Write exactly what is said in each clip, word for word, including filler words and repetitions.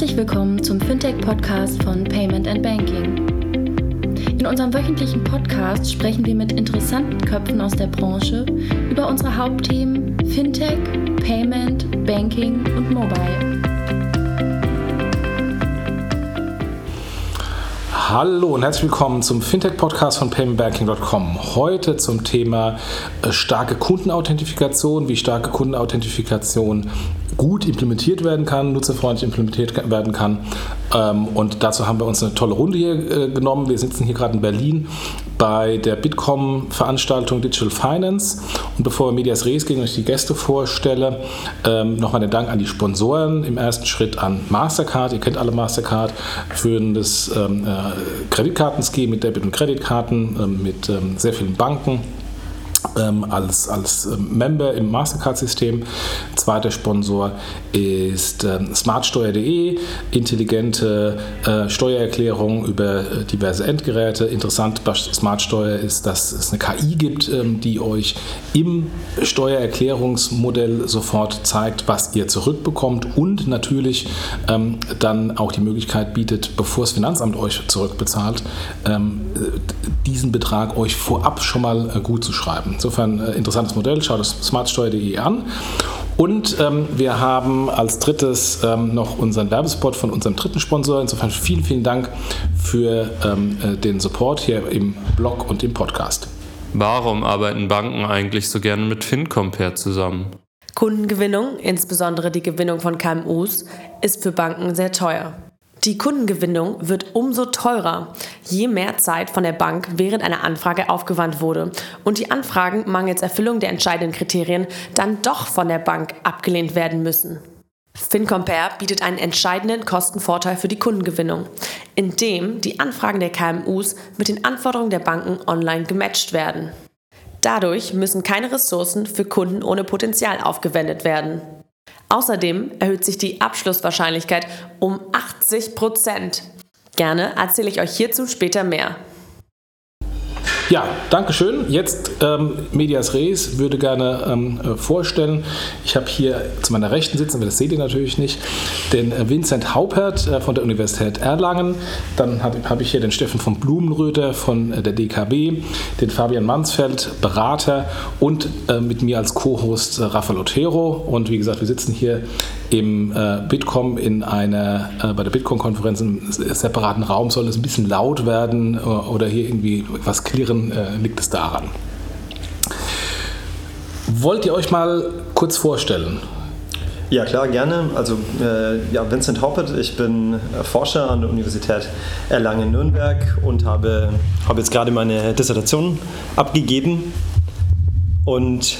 Herzlich willkommen zum Fintech-Podcast von Payment and Banking. In unserem wöchentlichen Podcast sprechen wir mit interessanten Köpfen aus der Branche über unsere Hauptthemen Fintech, Payment, Banking und Mobile. Hallo und herzlich willkommen zum Fintech-Podcast von payment banking dot com. Heute zum Thema äh, starke Kundenauthentifikation, wie starke Kundenauthentifikation gut implementiert werden kann, nutzerfreundlich implementiert werden kann. Ähm, und dazu haben wir uns eine tolle Runde hier äh, genommen. Wir sitzen hier gerade in Berlin bei der Bitkom-Veranstaltung Digital Finance. Und bevor wir Medias Res gehen und ich die Gäste vorstelle, ähm, nochmal den Dank an die Sponsoren. Im ersten Schritt an Mastercard. Ihr kennt alle Mastercard, führendes ähm, äh, Kreditkartenscheme mit Debit- und Kreditkarten, ähm, mit ähm, sehr vielen Banken. Ähm, als, als ähm, Member im Mastercard-System. Zweiter Sponsor ist ähm, smartsteuer punkt de, intelligente äh, Steuererklärung über äh, diverse Endgeräte. Interessant bei Smartsteuer ist, dass es eine K I gibt, ähm, die euch im Steuererklärungsmodell sofort zeigt, was ihr zurückbekommt und natürlich ähm, dann auch die Möglichkeit bietet, bevor das Finanzamt euch zurückbezahlt, ähm, diesen Betrag euch vorab schon mal äh, gut zu schreiben. Insofern äh, interessantes Modell, schaut das smartsteuer punkt de an. Und ähm, wir haben als drittes ähm, noch unseren Werbespot von unserem dritten Sponsor. Insofern vielen, vielen Dank für ähm, äh, den Support hier im Blog und im Podcast. Warum arbeiten Banken eigentlich so gerne mit FinCompare zusammen? Kundengewinnung, insbesondere die Gewinnung von K M Us, ist für Banken sehr teuer. Die Kundengewinnung wird umso teurer, je mehr Zeit von der Bank während einer Anfrage aufgewandt wurde und die Anfragen mangels Erfüllung der entscheidenden Kriterien dann doch von der Bank abgelehnt werden müssen. FinCompare bietet einen entscheidenden Kostenvorteil für die Kundengewinnung, indem die Anfragen der K M Us mit den Anforderungen der Banken online gematcht werden. Dadurch müssen keine Ressourcen für Kunden ohne Potenzial aufgewendet werden. Außerdem erhöht sich die Abschlusswahrscheinlichkeit um achtzig Prozent. Gerne erzähle ich euch hierzu später mehr. Ja, danke schön. Jetzt ähm, Medias Res würde gerne ähm, vorstellen. Ich habe hier zu meiner Rechten sitzen, aber das seht ihr natürlich nicht, den äh, Vincent Haupert äh, von der Universität Erlangen. Dann habe hab ich hier den Steffen von Blumenröder von äh, der D K B, den Fabian Mansfeld, Berater und äh, mit mir als Co-Host äh, Rafael Otero. Und wie gesagt, wir sitzen hier im äh, Bitkom in einer, äh, bei der Bitkom-Konferenz im separaten Raum. Soll es ein bisschen laut werden äh, oder hier irgendwie was klirren, äh, liegt es daran. Wollt ihr euch mal kurz vorstellen? Ja, klar, gerne. Also äh, ja, Vincent Haupert, ich bin äh, Forscher an der Universität Erlangen-Nürnberg und habe, habe jetzt gerade meine Dissertation abgegeben und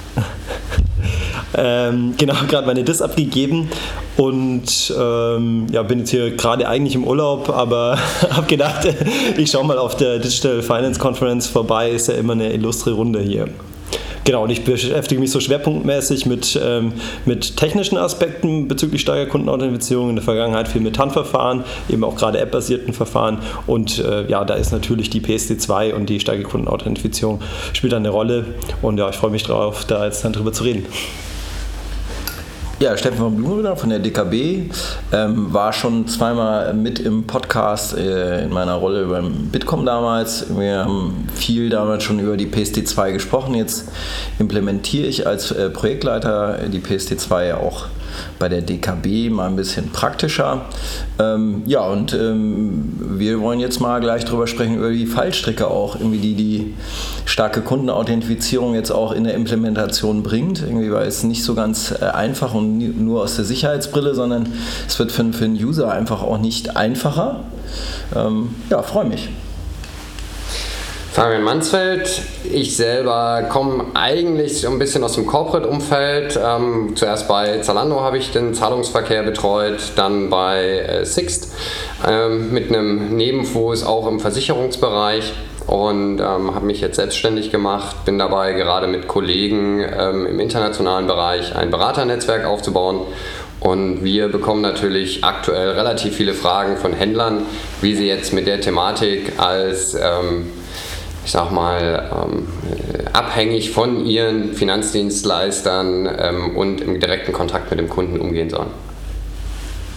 Ähm, genau, gerade meine Dis abgegeben und ähm, ja, bin jetzt hier gerade eigentlich im Urlaub, aber habe gedacht, ich schaue mal auf der Digital Finance Conference vorbei, ist ja immer eine illustre Runde hier. Genau, und ich beschäftige mich so schwerpunktmäßig mit, ähm, mit technischen Aspekten bezüglich starker Kundenauthentifizierung, in der Vergangenheit viel mit Handverfahren, eben auch gerade app-basierten Verfahren und äh, ja, da ist natürlich die P S D zwei und die starke Kundenauthentifizierung spielt eine Rolle und ja, ich freue mich drauf, da jetzt dann drüber zu reden. Ja, Steffen von Blumenröder von der D K B, ähm, war schon zweimal mit im Podcast äh, in meiner Rolle beim Bitkom damals. Wir haben viel damals schon über die P S D zwei gesprochen. Jetzt implementiere ich als äh, Projektleiter die P S D zwei auch bei der D K B mal ein bisschen praktischer. Ähm, ja, und ähm, wir wollen jetzt mal gleich drüber sprechen, über die Fallstricke auch, irgendwie die die starke Kundenauthentifizierung jetzt auch in der Implementation bringt. Irgendwie war es nicht so ganz äh, einfach und nur aus der Sicherheitsbrille, sondern es wird für, für den User einfach auch nicht einfacher. Ähm, ja, freue mich. Fabian Mansfeld, ich selber komme eigentlich so ein bisschen aus dem Corporate-Umfeld. Ähm, zuerst bei Zalando habe ich den Zahlungsverkehr betreut, dann bei äh, Sixt ähm, mit einem Nebenfuß auch im Versicherungsbereich und ähm, habe mich jetzt selbstständig gemacht, bin dabei gerade mit Kollegen ähm, im internationalen Bereich ein Beraternetzwerk aufzubauen. Und wir bekommen natürlich aktuell relativ viele Fragen von Händlern, wie sie jetzt mit der Thematik als ähm, ich sag mal, ähm, abhängig von ihren Finanzdienstleistern ähm, und im direkten Kontakt mit dem Kunden umgehen sollen.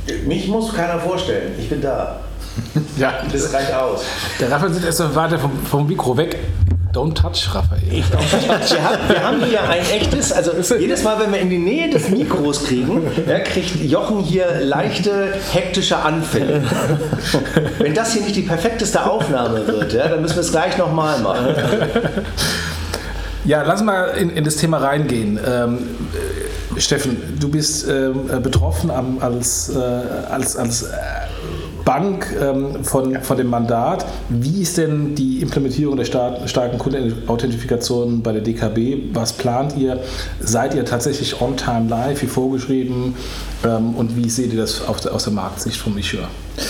Mich muss keiner vorstellen, ich bin da. Ja, das reicht aus. Der Raphael sitzt erst mal weiter vom, vom Mikro weg. Don't touch, Raphael. Ich, wir, haben, wir haben hier ein echtes, also jedes Mal, wenn wir in die Nähe des Mikros kriegen, ja, kriegt Jochen hier leichte, hektische Anfälle. Wenn das hier nicht die perfekteste Aufnahme wird, ja, dann müssen wir es gleich nochmal machen. Ja, lass mal in, in das Thema reingehen. Ähm, Steffen, du bist ähm, betroffen am, als, äh, als, als äh, Bank ähm, von, von dem Mandat. Wie ist denn die Implementierung der star- starken Kundenauthentifikation bei der D K B? Was plant ihr? Seid ihr tatsächlich on time live, wie vorgeschrieben? Ähm, und wie seht ihr das auf der, aus der Marktsicht vom Issuer?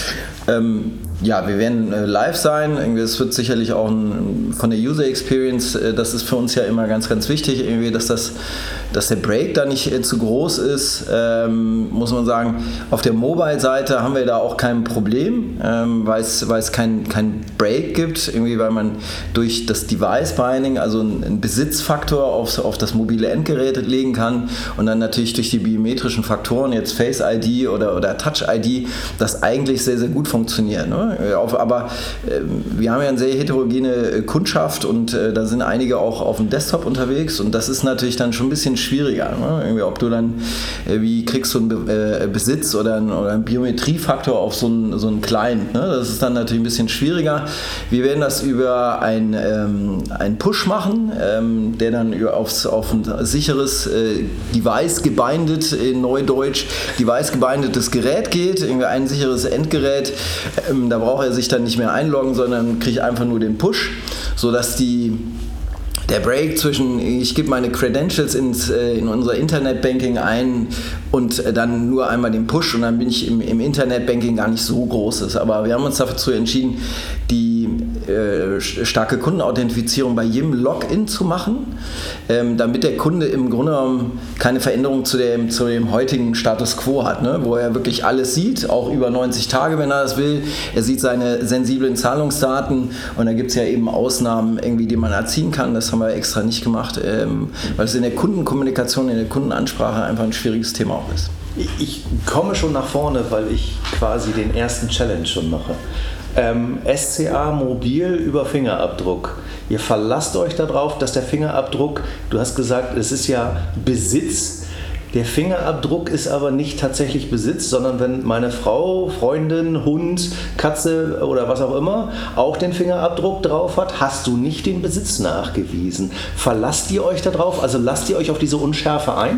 Ähm, ja, wir werden äh, live sein. Es wird sicherlich auch ein, von der User Experience, äh, das ist für uns ja immer ganz, ganz wichtig, irgendwie, dass, das, dass der Break da nicht äh, zu groß ist. Ähm, muss man sagen, auf der Mobile-Seite haben wir da auch kein Problem, ähm, weil es, weil es kein, kein Break gibt, irgendwie, weil man durch das Device-Binding, also einen, einen Besitzfaktor auf, auf das mobile Endgerät legen kann und dann natürlich durch die biometrischen Faktoren, jetzt Face I D oder, oder Touch I D, das eigentlich sehr, sehr gut funktioniert. Ne? Aber äh, wir haben ja eine sehr heterogene Kundschaft und äh, da sind einige auch auf dem Desktop unterwegs und das ist natürlich dann schon ein bisschen schwieriger. Ne? Irgendwie, ob du dann, äh, wie kriegst du einen Be- äh, Besitz oder einen, oder einen Biometriefaktor auf so einen, so einen Client. Ne? Das ist dann natürlich ein bisschen schwieriger. Wir werden das über ein, ähm, ein Push machen, ähm, der dann über aufs, auf ein sicheres äh, Device gebindet, in Neudeutsch, Device gebindetes Gerät geht, irgendwie ein sicheres Endgerät. Ähm, da braucht er sich dann nicht mehr einloggen, sondern kriegt einfach nur den Push, sodass die der Break zwischen, ich gebe meine Credentials ins, äh, in unser Internetbanking ein und äh, dann nur einmal den Push und dann bin ich im, im Internetbanking gar nicht so groß ist. Aber wir haben uns dazu entschieden, die äh, starke Kundenauthentifizierung bei jedem Login zu machen, ähm, damit der Kunde im Grunde genommen keine Veränderung zu dem, zu dem heutigen Status Quo hat, ne? Wo er wirklich alles sieht, auch über neunzig Tage, wenn er das will. Er sieht seine sensiblen Zahlungsdaten und da gibt es ja eben Ausnahmen, irgendwie, die man erziehen kann. Das haben wir extra nicht gemacht, ähm, weil es in der Kundenkommunikation, in der Kundenansprache einfach ein schwieriges Thema auch ist. Ich komme schon nach vorne, weil ich quasi den ersten Challenge schon mache. Ähm, S C A mobil über Fingerabdruck. Ihr verlasst euch darauf, dass der Fingerabdruck, du hast gesagt, es ist ja Besitz. Der Fingerabdruck ist aber nicht tatsächlich Besitz, sondern wenn meine Frau, Freundin, Hund, Katze oder was auch immer auch den Fingerabdruck drauf hat, hast du nicht den Besitz nachgewiesen. Verlasst ihr euch darauf? Also lasst ihr euch auf diese Unschärfe ein?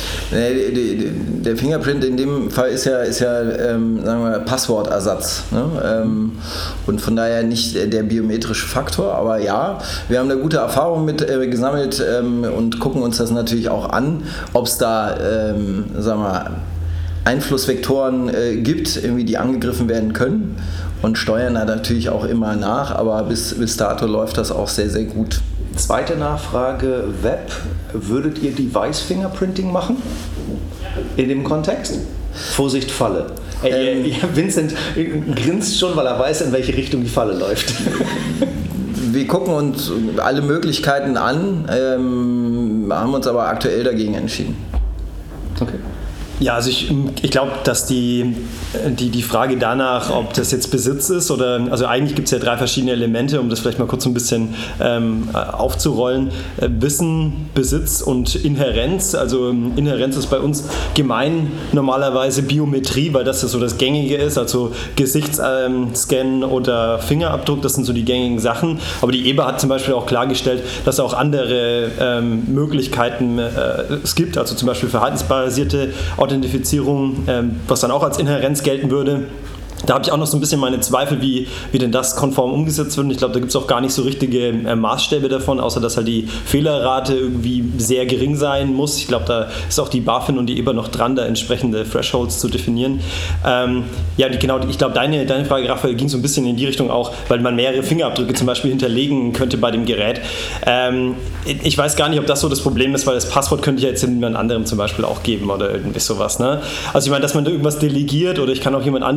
Der Fingerprint in dem Fall ist ja, ist ja ähm, sagen wir, Passwortersatz. Ne? Ähm, und von daher nicht der biometrische Faktor. Aber ja, wir haben da gute Erfahrungen mit äh, gesammelt ähm, und gucken uns das natürlich auch an, ob es da ähm, sagen wir, Einflussvektoren äh, gibt, irgendwie, die angegriffen werden können und steuern da natürlich auch immer nach. Aber bis, bis dato läuft das auch sehr, sehr gut. Zweite Nachfrage, Web. Würdet ihr Device-Fingerprinting machen? In dem Kontext? Vorsicht, Falle. Ey, ähm, Vincent grinst schon, weil er weiß, in welche Richtung die Falle läuft. Wir gucken uns alle Möglichkeiten an, ähm, haben uns aber aktuell dagegen entschieden. Okay. Ja, also ich, ich glaube, dass die, die, die Frage danach, ob das jetzt Besitz ist oder, also eigentlich gibt es ja drei verschiedene Elemente, um das vielleicht mal kurz ein bisschen ähm, aufzurollen. Äh, Wissen, Besitz und Inhärenz. Also Inhärenz ist bei uns gemein normalerweise Biometrie, weil das ja so das Gängige ist, also Gesichtsscan oder Fingerabdruck, das sind so die gängigen Sachen. Aber die E B A hat zum Beispiel auch klargestellt, dass es auch andere ähm, Möglichkeiten äh, es gibt, also zum Beispiel verhaltensbasierte Authentifizierung, ähm, was dann auch als Inhärenz gelten würde. Da habe ich auch noch so ein bisschen meine Zweifel, wie, wie denn das konform umgesetzt wird. Und ich glaube, da gibt es auch gar nicht so richtige äh, Maßstäbe davon, außer dass halt die Fehlerrate irgendwie sehr gering sein muss. Ich glaube, da ist auch die BaFin und die E B A noch dran, da entsprechende Thresholds zu definieren. Ähm, ja, die, genau, ich glaube, deine, deine Frage, Raphael, ging so ein bisschen in die Richtung auch, weil man mehrere Fingerabdrücke zum Beispiel hinterlegen könnte bei dem Gerät. Ähm, ich weiß gar nicht, ob das so das Problem ist, weil das Passwort könnte ich ja jetzt jemand anderem zum Beispiel auch geben oder irgendwie sowas. Ne? Also ich meine, dass man da irgendwas delegiert oder ich kann auch jemand anderem meinen Besitz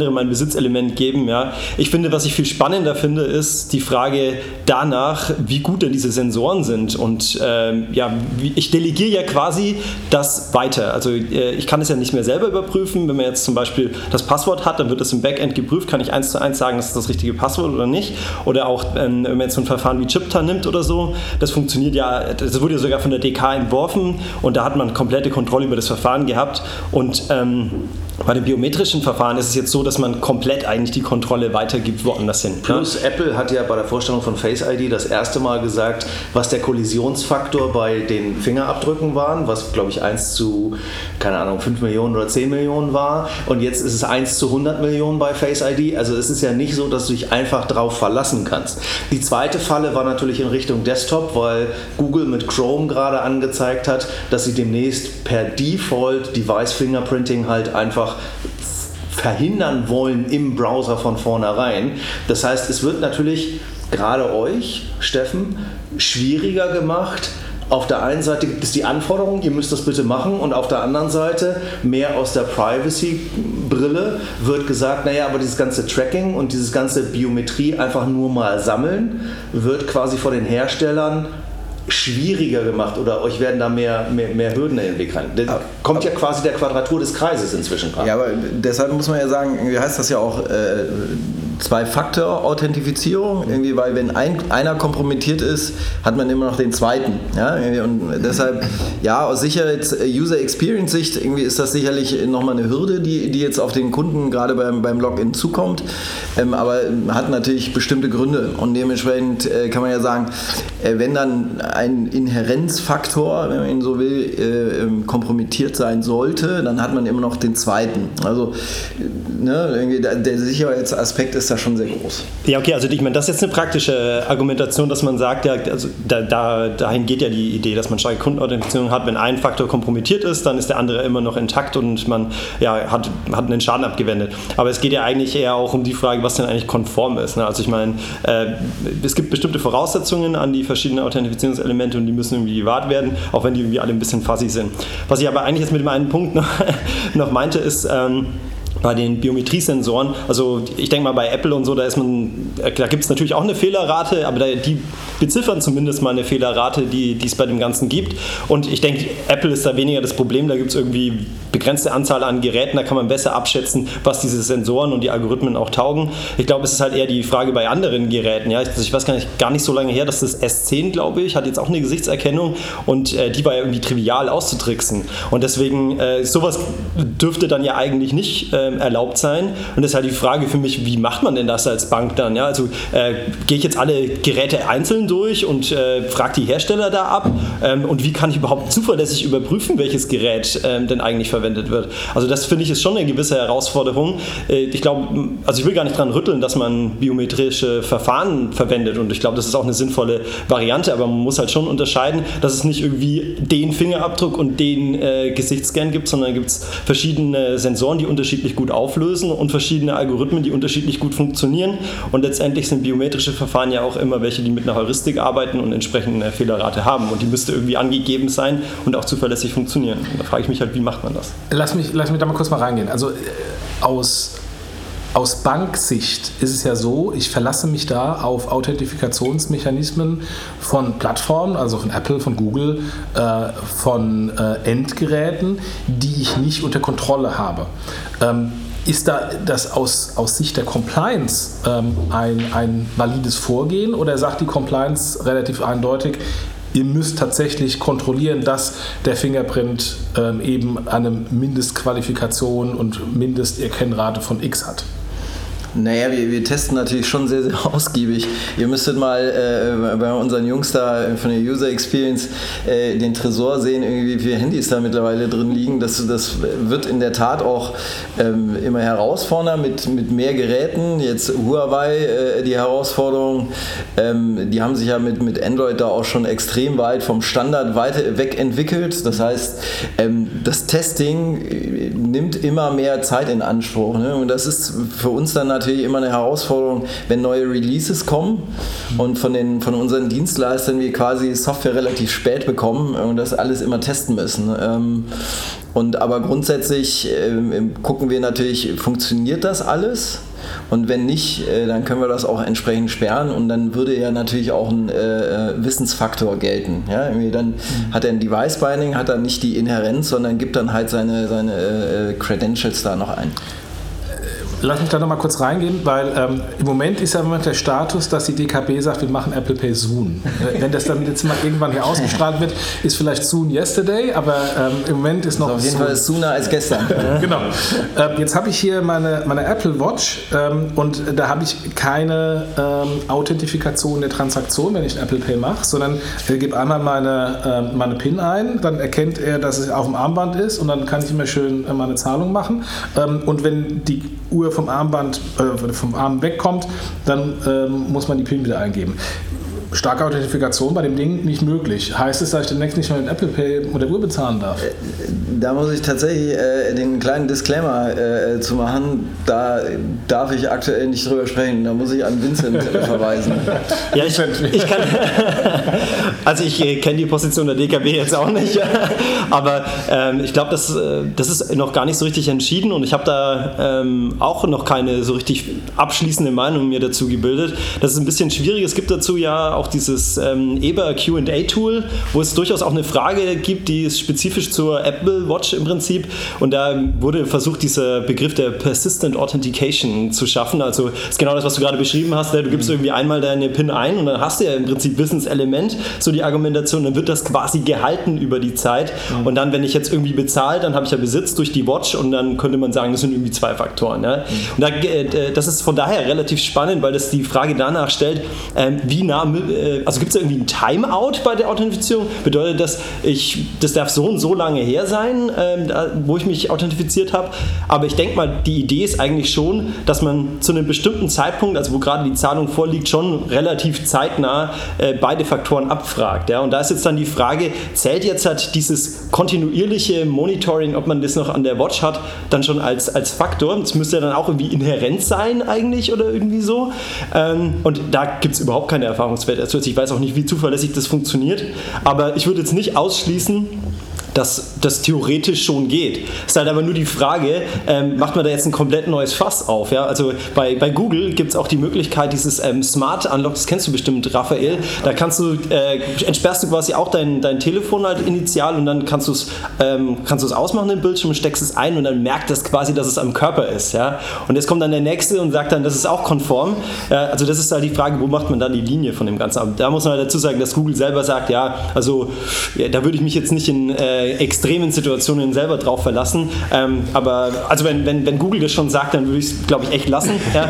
Besitzelement geben. Ja. Ich finde, was ich viel spannender finde, ist die Frage danach, wie gut denn diese Sensoren sind. Und ähm, ja, ich delegiere ja quasi das weiter. Also äh, ich kann es ja nicht mehr selber überprüfen. Wenn man jetzt zum Beispiel das Passwort hat, dann wird das im Backend geprüft, kann ich eins zu eins sagen, das ist das richtige Passwort oder nicht. Oder auch, ähm, wenn man jetzt so ein Verfahren wie Chipta nimmt oder so, das funktioniert ja, das wurde ja sogar von der D K entworfen und da hat man komplette Kontrolle über das Verfahren gehabt. Und ähm, bei den biometrischen Verfahren ist es jetzt so, dass man komplett eigentlich die Kontrolle weitergibt woanders hin. Plus, ja? Apple hat ja bei der Vorstellung von Face I D das erste Mal gesagt, was der Kollisionsfaktor bei den Fingerabdrücken war, was glaube ich eins zu, keine Ahnung, fünf Millionen oder zehn Millionen war. Und jetzt ist es eins zu hundert Millionen bei Face I D. Also es ist ja nicht so, dass du dich einfach drauf verlassen kannst. Die zweite Falle war natürlich in Richtung Desktop, weil Google mit Chrome gerade angezeigt hat, dass sie demnächst per Default Device Fingerprinting halt einfach verhindern wollen im Browser von vornherein. Das heißt, es wird natürlich gerade euch, Steffen, schwieriger gemacht. Auf der einen Seite gibt es die Anforderung, ihr müsst das bitte machen, und auf der anderen Seite, mehr aus der Privacy-Brille, wird gesagt, naja, aber dieses ganze Tracking und dieses ganze Biometrie einfach nur mal sammeln, wird quasi von den Herstellern schwieriger gemacht, oder euch werden da mehr, mehr, mehr Hürden in den Weg rein. Da kommt ja quasi der Quadratur des Kreises inzwischen rein. Ja, aber deshalb muss man ja sagen, wie heißt das ja auch, äh, Zwei-Faktor-Authentifizierung, irgendwie, weil wenn ein, einer kompromittiert ist, hat man immer noch den zweiten. Ja? Und deshalb, ja, aus Sicherheits-User-Experience-Sicht irgendwie ist das sicherlich nochmal eine Hürde, die, die jetzt auf den Kunden gerade beim, beim Login zukommt, ähm, aber hat natürlich bestimmte Gründe, und dementsprechend äh, kann man ja sagen, äh, wenn dann ein Inhärenzfaktor, wenn man ihn so will, äh, kompromittiert sein sollte, dann hat man immer noch den zweiten. Also ne, irgendwie der, der Sicherheitsaspekt ist da schon sehr groß. Ja, okay, also ich meine, das ist jetzt eine praktische Argumentation, dass man sagt, ja, also da, da, dahin geht ja die Idee, dass man starke Kundenauthentifizierung hat. Wenn ein Faktor kompromittiert ist, dann ist der andere immer noch intakt und man ja, hat, hat einen Schaden abgewendet. Aber es geht ja eigentlich eher auch um die Frage, was denn eigentlich konform ist. Ne? Also ich meine, äh, es gibt bestimmte Voraussetzungen an die verschiedenen Authentifizierungselemente und die müssen irgendwie gewahrt werden, auch wenn die irgendwie alle ein bisschen fuzzy sind. Was ich aber eigentlich jetzt mit dem einen Punkt noch, noch meinte, ist, ähm, bei den Biometriesensoren, also ich denke mal bei Apple und so, da ist man, da gibt es natürlich auch eine Fehlerrate, aber da, die beziffern zumindest mal eine Fehlerrate, die es bei dem Ganzen gibt. Und ich denke, Apple ist da weniger das Problem, da gibt es irgendwie begrenzte Anzahl an Geräten, da kann man besser abschätzen, was diese Sensoren und die Algorithmen auch taugen. Ich glaube, es ist halt eher die Frage bei anderen Geräten. Ja? Ich, ich weiß gar nicht, gar nicht so lange her, dass das S zehn, glaube ich, hat jetzt auch eine Gesichtserkennung und äh, die war ja irgendwie trivial auszutricksen. Und deswegen, äh, sowas dürfte dann ja eigentlich nicht äh, erlaubt sein. Und das ist halt die Frage für mich, wie macht man denn das als Bank dann? Ja, also äh, gehe ich jetzt alle Geräte einzeln durch und äh, frage die Hersteller da ab? Ähm, und wie kann ich überhaupt zuverlässig überprüfen, welches Gerät ähm, denn eigentlich verwendet wird? Also das finde ich ist schon eine gewisse Herausforderung. Äh, ich glaube, also ich will gar nicht dran rütteln, dass man biometrische Verfahren verwendet, und ich glaube, das ist auch eine sinnvolle Variante, aber man muss halt schon unterscheiden, dass es nicht irgendwie den Fingerabdruck und den äh, Gesichtsscan gibt, sondern gibt es verschiedene Sensoren, die unterschiedlich gut auflösen und verschiedene Algorithmen, die unterschiedlich gut funktionieren, und letztendlich sind biometrische Verfahren ja auch immer welche, die mit einer Heuristik arbeiten und entsprechend eine Fehlerrate haben, und die müsste irgendwie angegeben sein und auch zuverlässig funktionieren. Und da frage ich mich halt, wie macht man das? Lass mich, lass mich da mal kurz mal reingehen. Also äh, aus Aus Banksicht ist es ja so, ich verlasse mich da auf Authentifikationsmechanismen von Plattformen, also von Apple, von Google, äh, von äh, Endgeräten, die ich nicht unter Kontrolle habe. Ähm, ist da das aus, aus Sicht der Compliance ähm, ein, ein valides Vorgehen, oder sagt die Compliance relativ eindeutig, ihr müsst tatsächlich kontrollieren, dass der Fingerprint ähm, eben eine Mindestqualifikation und Mindesterkennrate von X hat? Naja, wir, wir testen natürlich schon sehr, sehr ausgiebig. Ihr müsstet mal äh, bei unseren Jungs da von der User Experience äh, den Tresor sehen, irgendwie wie viele Handys da mittlerweile drin liegen. Das, das wird in der Tat auch ähm, immer herausfordernder mit, mit mehr Geräten. Jetzt Huawei, äh, die Herausforderung, ähm, die haben sich ja mit, mit Android da auch schon extrem weit vom Standard weit weg entwickelt. Das heißt, ähm, das Testing nimmt immer mehr Zeit in Anspruch. Ne? Und das ist für uns dann natürlich immer eine Herausforderung, wenn neue Releases kommen und von, den, von unseren Dienstleistern wir quasi Software relativ spät bekommen und das alles immer testen müssen. Und aber grundsätzlich äh, gucken wir natürlich, funktioniert das alles? und wenn nicht, äh, dann können wir das auch entsprechend sperren und dann würde ja natürlich auch ein äh, Wissensfaktor gelten. Ja? Irgendwie dann mhm. hat er ein Device-Binding, hat er nicht die Inherenz, sondern gibt dann halt seine, seine äh, Credentials da noch ein. Lass mich da noch mal kurz reingehen, weil ähm, im Moment ist ja im Moment der Status, dass die D K B sagt, wir machen Apple Pay soon. Wenn das dann jetzt mal irgendwann hier ausgestrahlt wird, ist vielleicht soon yesterday, aber ähm, im Moment ist noch also auf jeden soon. Fall sooner als gestern. Genau. Ähm, jetzt habe ich hier meine, meine Apple Watch ähm, und da habe ich keine ähm, Authentifikation der Transaktion, wenn ich ein Apple Pay mache, sondern ich gebe einmal meine, ähm, meine PIN ein, dann erkennt er, dass es auf dem Armband ist und dann kann ich immer schön äh, meine Zahlung machen. Ähm, und wenn die Uhr vom Armband, äh, vom Arm wegkommt, dann ähm, muss man die PIN wieder eingeben. Starke Authentifikation bei dem Ding nicht möglich. Heißt es, dass ich demnächst nicht mehr mit Apple Pay mit der Uhr bezahlen darf? Da muss ich tatsächlich äh, den kleinen Disclaimer äh, zu machen. Da darf ich aktuell nicht drüber sprechen. Da muss ich an Vincent äh, verweisen. Ja, ich, ich kann. Also ich äh, kenne die Position der D K B jetzt auch nicht. Aber ähm, ich glaube, das, äh, das ist noch gar nicht so richtig entschieden und ich habe da ähm, auch noch keine so richtig abschließende Meinung mir dazu gebildet. Das ist ein bisschen schwierig. Es gibt dazu ja auch dieses ähm, Eber Q and A-Tool, wo es durchaus auch eine Frage gibt, die ist spezifisch zur Apple Watch im Prinzip und da wurde versucht, dieser Begriff der Persistent Authentication zu schaffen, also das ist genau das, was du gerade beschrieben hast, du gibst irgendwie einmal deine PIN ein und dann hast du ja im Prinzip Wissenselement, so die Argumentation, dann wird das quasi gehalten über die Zeit und dann, wenn ich jetzt irgendwie bezahle, dann habe ich ja Besitz durch die Watch und dann könnte man sagen, das sind irgendwie zwei Faktoren. Ja? Und da, äh, das ist von daher relativ spannend, weil das die Frage danach stellt, äh, wie nah also gibt es irgendwie ein Timeout bei der Authentifizierung? Bedeutet das, ich, das darf so und so lange her sein, äh, wo ich mich authentifiziert habe? Aber ich denke mal, die Idee ist eigentlich schon, dass man zu einem bestimmten Zeitpunkt, also wo gerade die Zahlung vorliegt, schon relativ zeitnah äh, beide Faktoren abfragt. Ja? Und da ist jetzt dann die Frage, zählt jetzt halt dieses kontinuierliche Monitoring, ob man das noch an der Watch hat, dann schon als, als Faktor? Das müsste ja dann auch irgendwie inhärent sein eigentlich oder irgendwie so. Ähm, und da gibt es überhaupt keine Erfahrungswerte. Also ich weiß auch nicht, wie zuverlässig das funktioniert, aber ich würde jetzt nicht ausschließen, dass das theoretisch schon geht. Es ist halt aber nur die Frage, ähm, macht man da jetzt ein komplett neues Fass auf? Ja? Also bei, bei Google gibt es auch die Möglichkeit, dieses ähm, Smart Unlock, das kennst du bestimmt, Raphael, da kannst du, äh, entsperrst du quasi auch dein, dein Telefon halt initial und dann kannst du es ähm, kannst du es ausmachen, den Bildschirm, steckst es ein und dann merkt das quasi, dass es am Körper ist. Ja? Und jetzt kommt dann der Nächste und sagt dann, das ist auch konform. Ja, also das ist halt die Frage, wo macht man dann die Linie von dem Ganzen? Da muss man halt dazu sagen, dass Google selber sagt, ja, also ja, da würde ich mich jetzt nicht in äh, extremen Situationen selber drauf verlassen. Ähm, aber also wenn, wenn, wenn Google das schon sagt, dann würde ich es, glaube ich, echt lassen. Ja.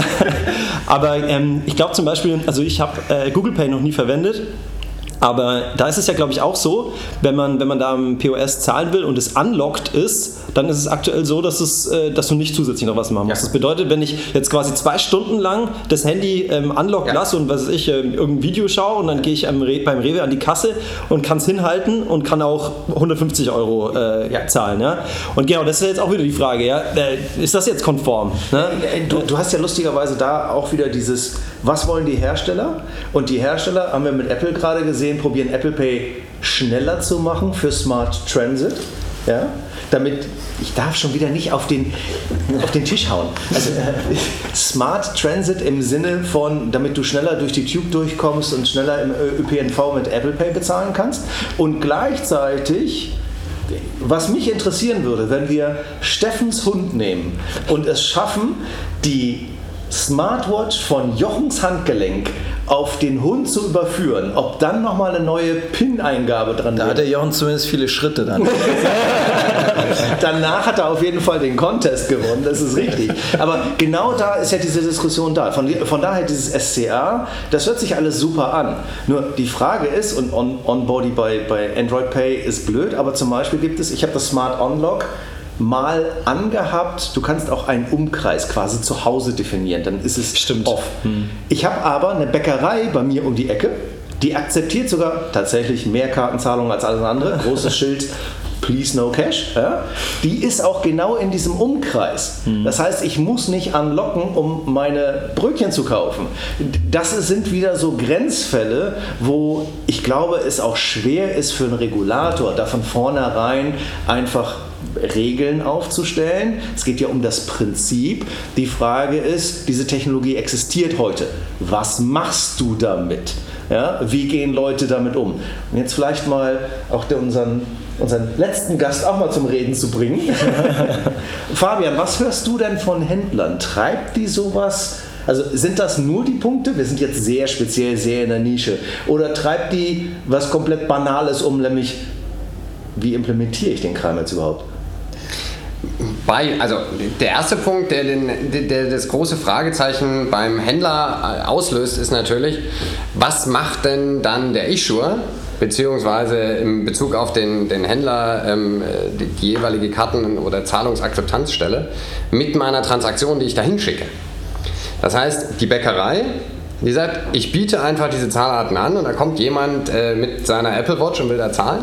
Aber ähm, ich glaube zum Beispiel, also ich habe äh, Google Pay noch nie verwendet. Aber da ist es ja, glaube ich, auch so, wenn man, wenn man da am P O S zahlen will und es unlocked ist, dann ist es aktuell so, dass, es, äh, dass du nicht zusätzlich noch was machen musst. Ja. Das bedeutet, wenn ich jetzt quasi zwei Stunden lang das Handy ähm, unlocked ja. lasse und was weiß ich, äh, irgendein Video schaue und dann gehe ich am Re- beim Rewe an die Kasse und kann es hinhalten und kann auch hundertfünfzig Euro äh, ja. zahlen. Ja? Und genau, das ist jetzt auch wieder die Frage, ja? äh, ist das jetzt konform? Ne? Du, du hast ja lustigerweise da auch wieder dieses, was wollen die Hersteller? Und die Hersteller, haben wir mit Apple gerade gesehen, probieren Apple Pay schneller zu machen für Smart Transit, ja, damit, ich darf schon wieder nicht auf den, auf den Tisch hauen, also äh, Smart Transit im Sinne von, damit du schneller durch die Tube durchkommst und schneller im Ö P N V mit Apple Pay bezahlen kannst und gleichzeitig, was mich interessieren würde, wenn wir Steffens Hund nehmen und es schaffen, die Smartwatch von Jochens Handgelenk auf den Hund zu überführen, ob dann nochmal eine neue PIN-Eingabe dran da wird. Da hat der Jochen zumindest viele Schritte dann. Danach hat er auf jeden Fall den Contest gewonnen, das ist richtig. Aber genau da ist ja diese Diskussion da. Von, von daher dieses S C A, das hört sich alles super an. Nur die Frage ist, und On, On-Body bei, bei Android Pay ist blöd, aber zum Beispiel gibt es, ich habe das Smart Unlock mal angehabt, du kannst auch einen Umkreis quasi zu Hause definieren, dann ist es Stimmt. off. Hm. Ich habe aber eine Bäckerei bei mir um die Ecke, die akzeptiert sogar tatsächlich mehr Kartenzahlungen als alles andere, großes Schild, Please no cash, ja? Die ist auch genau in diesem Umkreis. Hm. Das heißt, ich muss nicht anlocken, um meine Brötchen zu kaufen. Das sind wieder so Grenzfälle, wo ich glaube, es auch schwer ist für einen Regulator, da von vornherein einfach Regeln aufzustellen. Es geht ja um das Prinzip. Die Frage ist, diese Technologie existiert heute. Was machst du damit? Ja, wie gehen Leute damit um? Und jetzt vielleicht mal auch der, unseren, unseren letzten Gast auch mal zum Reden zu bringen. Fabian, was hörst du denn von Händlern? Treibt die sowas? Also sind das nur die Punkte? Wir sind jetzt sehr speziell, sehr in der Nische. Oder treibt die was komplett Banales um, nämlich wie implementiere ich den Kram jetzt überhaupt? Bei, also der erste Punkt, der, den, der das große Fragezeichen beim Händler auslöst, ist natürlich, was macht denn dann der Issuer, beziehungsweise in Bezug auf den, den Händler ähm, die, die jeweilige Karten- oder Zahlungsakzeptanzstelle mit meiner Transaktion, die ich dahin schicke. Das heißt, die Bäckerei, die sagt, ich biete einfach diese Zahlarten an und da kommt jemand äh, mit seiner Apple Watch und will da zahlen.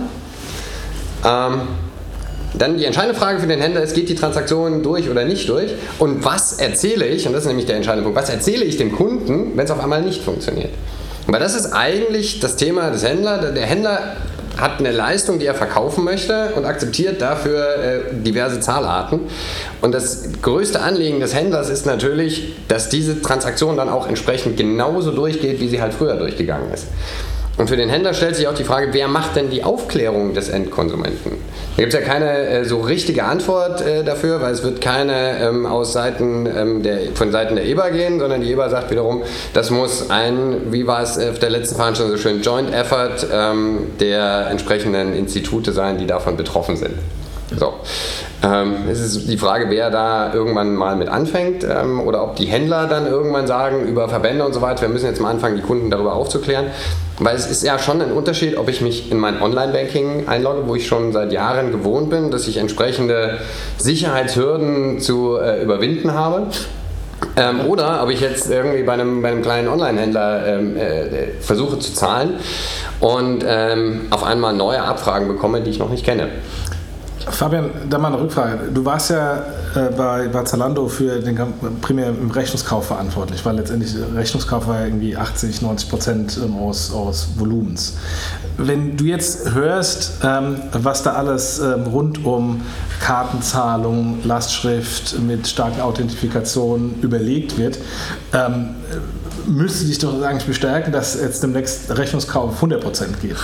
Ähm, Dann die entscheidende Frage für den Händler ist, geht die Transaktion durch oder nicht durch? Und was erzähle ich, und das ist nämlich der entscheidende Punkt, was erzähle ich dem Kunden, wenn es auf einmal nicht funktioniert? Weil das ist eigentlich das Thema des Händlers. Der Händler hat eine Leistung, die er verkaufen möchte und akzeptiert dafür äh, diverse Zahlarten. Und das größte Anliegen des Händlers ist natürlich, dass diese Transaktion dann auch entsprechend genauso durchgeht, wie sie halt früher durchgegangen ist. Und für den Händler stellt sich auch die Frage, wer macht denn die Aufklärung des Endkonsumenten? Da gibt es ja keine äh, so richtige Antwort äh, dafür, weil es wird keine ähm, aus Seiten, ähm, der, von Seiten der E B A gehen, sondern die E B A sagt wiederum, das muss ein, wie war es auf der letzten Veranstaltung so schön, Joint Effort ähm, der entsprechenden Institute sein, die davon betroffen sind. So. Ähm, es ist die Frage, wer da irgendwann mal mit anfängt ähm, oder ob die Händler dann irgendwann sagen, über Verbände und so weiter, wir müssen jetzt mal anfangen, die Kunden darüber aufzuklären. Weil es ist ja schon ein Unterschied, ob ich mich in mein Online-Banking einlogge, wo ich schon seit Jahren gewohnt bin, dass ich entsprechende Sicherheitshürden zu äh, überwinden habe. Ähm, oder ob ich jetzt irgendwie bei einem, bei einem kleinen Online-Händler ähm, äh, versuche zu zahlen und ähm, auf einmal neue Abfragen bekomme, die ich noch nicht kenne. Fabian, da mal eine Rückfrage. Du warst ja äh, bei, bei Zalando für den primär im Rechnungskauf verantwortlich, weil letztendlich Rechnungskauf war ja irgendwie achtzig, neunzig Prozent ähm, aus, aus Volumens. Wenn du jetzt hörst, ähm, was da alles ähm, rund um Kartenzahlung, Lastschrift mit starken Authentifikationen überlegt wird, ähm, müsste dich doch eigentlich bestärken, dass jetzt demnächst Rechnungskauf hundert Prozent geht.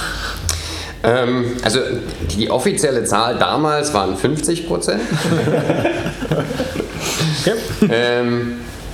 Ähm, also die offizielle Zahl damals waren fünfzig Prozent. Okay. ähm,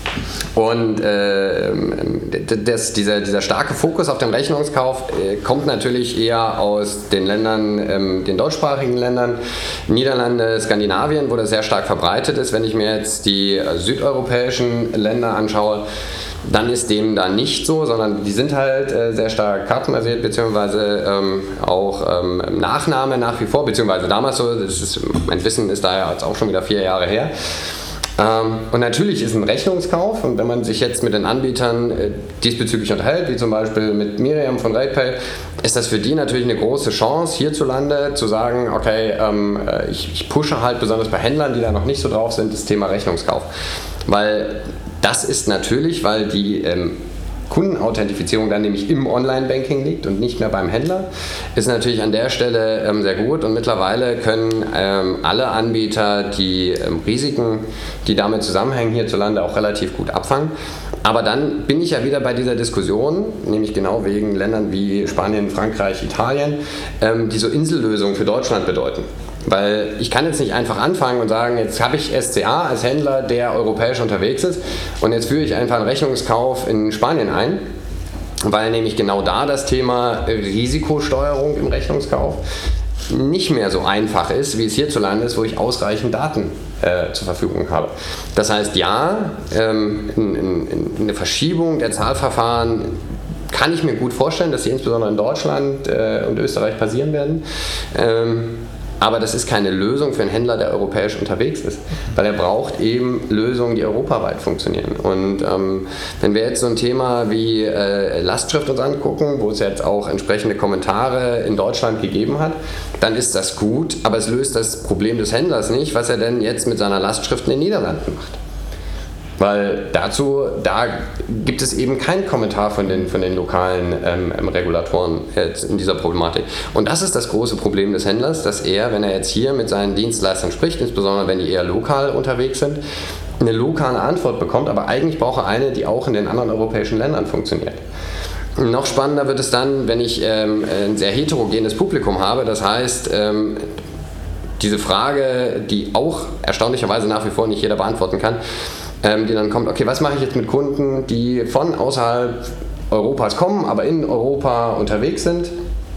und äh, das, dieser, dieser starke Fokus auf den Rechnungskauf äh, kommt natürlich eher aus den Ländern, ähm, den deutschsprachigen Ländern, Niederlande, Skandinavien, wo das sehr stark verbreitet ist. Wenn ich mir jetzt die äh, südeuropäischen Länder anschaue, dann ist dem da nicht so, sondern die sind halt äh, sehr stark kartenbasiert, beziehungsweise ähm, auch ähm, Nachname nach wie vor, beziehungsweise damals so, das ist, mein Wissen ist da ja jetzt auch schon wieder vier Jahre her. Ähm, und natürlich ist ein Rechnungskauf, und wenn man sich jetzt mit den Anbietern äh, diesbezüglich unterhält, wie zum Beispiel mit Miriam von RatePay, ist das für die natürlich eine große Chance, hierzulande zu sagen, okay, ähm, ich, ich pushe halt besonders bei Händlern, die da noch nicht so drauf sind, das Thema Rechnungskauf. Weil das ist natürlich, weil die ähm, Kundenauthentifizierung dann nämlich im Online-Banking liegt und nicht mehr beim Händler, ist natürlich an der Stelle ähm, sehr gut, und mittlerweile können ähm, alle Anbieter die ähm, Risiken, die damit zusammenhängen, hierzulande auch relativ gut abfangen. Aber dann bin ich ja wieder bei dieser Diskussion, nämlich genau wegen Ländern wie Spanien, Frankreich, Italien, ähm, die so Insellösungen für Deutschland bedeuten. Weil ich kann jetzt nicht einfach anfangen und sagen, jetzt habe ich S C A als Händler, der europäisch unterwegs ist, und jetzt führe ich einfach einen Rechnungskauf in Spanien ein, weil nämlich genau da das Thema Risikosteuerung im Rechnungskauf nicht mehr so einfach ist, wie es hierzulande ist, wo ich ausreichend Daten äh, zur Verfügung habe. Das heißt, ja, ähm, in, in, in eine Verschiebung der Zahlverfahren kann ich mir gut vorstellen, dass sie insbesondere in Deutschland äh, und Österreich passieren werden. Ähm, Aber das ist keine Lösung für einen Händler, der europäisch unterwegs ist, weil er braucht eben Lösungen, die europaweit funktionieren. Und ähm, wenn wir jetzt so ein Thema wie äh, Lastschrift uns angucken, wo es jetzt auch entsprechende Kommentare in Deutschland gegeben hat, dann ist das gut, aber es löst das Problem des Händlers nicht, was er denn jetzt mit seiner Lastschrift in den Niederlanden macht. Weil dazu, da gibt es eben keinen Kommentar von den, von den lokalen ähm, Regulatoren jetzt in dieser Problematik. Und das ist das große Problem des Händlers, dass er, wenn er jetzt hier mit seinen Dienstleistern spricht, insbesondere wenn die eher lokal unterwegs sind, eine lokale Antwort bekommt, aber eigentlich braucht er eine, die auch in den anderen europäischen Ländern funktioniert. Noch spannender wird es dann, wenn ich ähm, ein sehr heterogenes Publikum habe, das heißt, ähm, diese Frage, die auch erstaunlicherweise nach wie vor nicht jeder beantworten kann, ähm, die dann kommt, okay, was mache ich jetzt mit Kunden, die von außerhalb Europas kommen, aber in Europa unterwegs sind?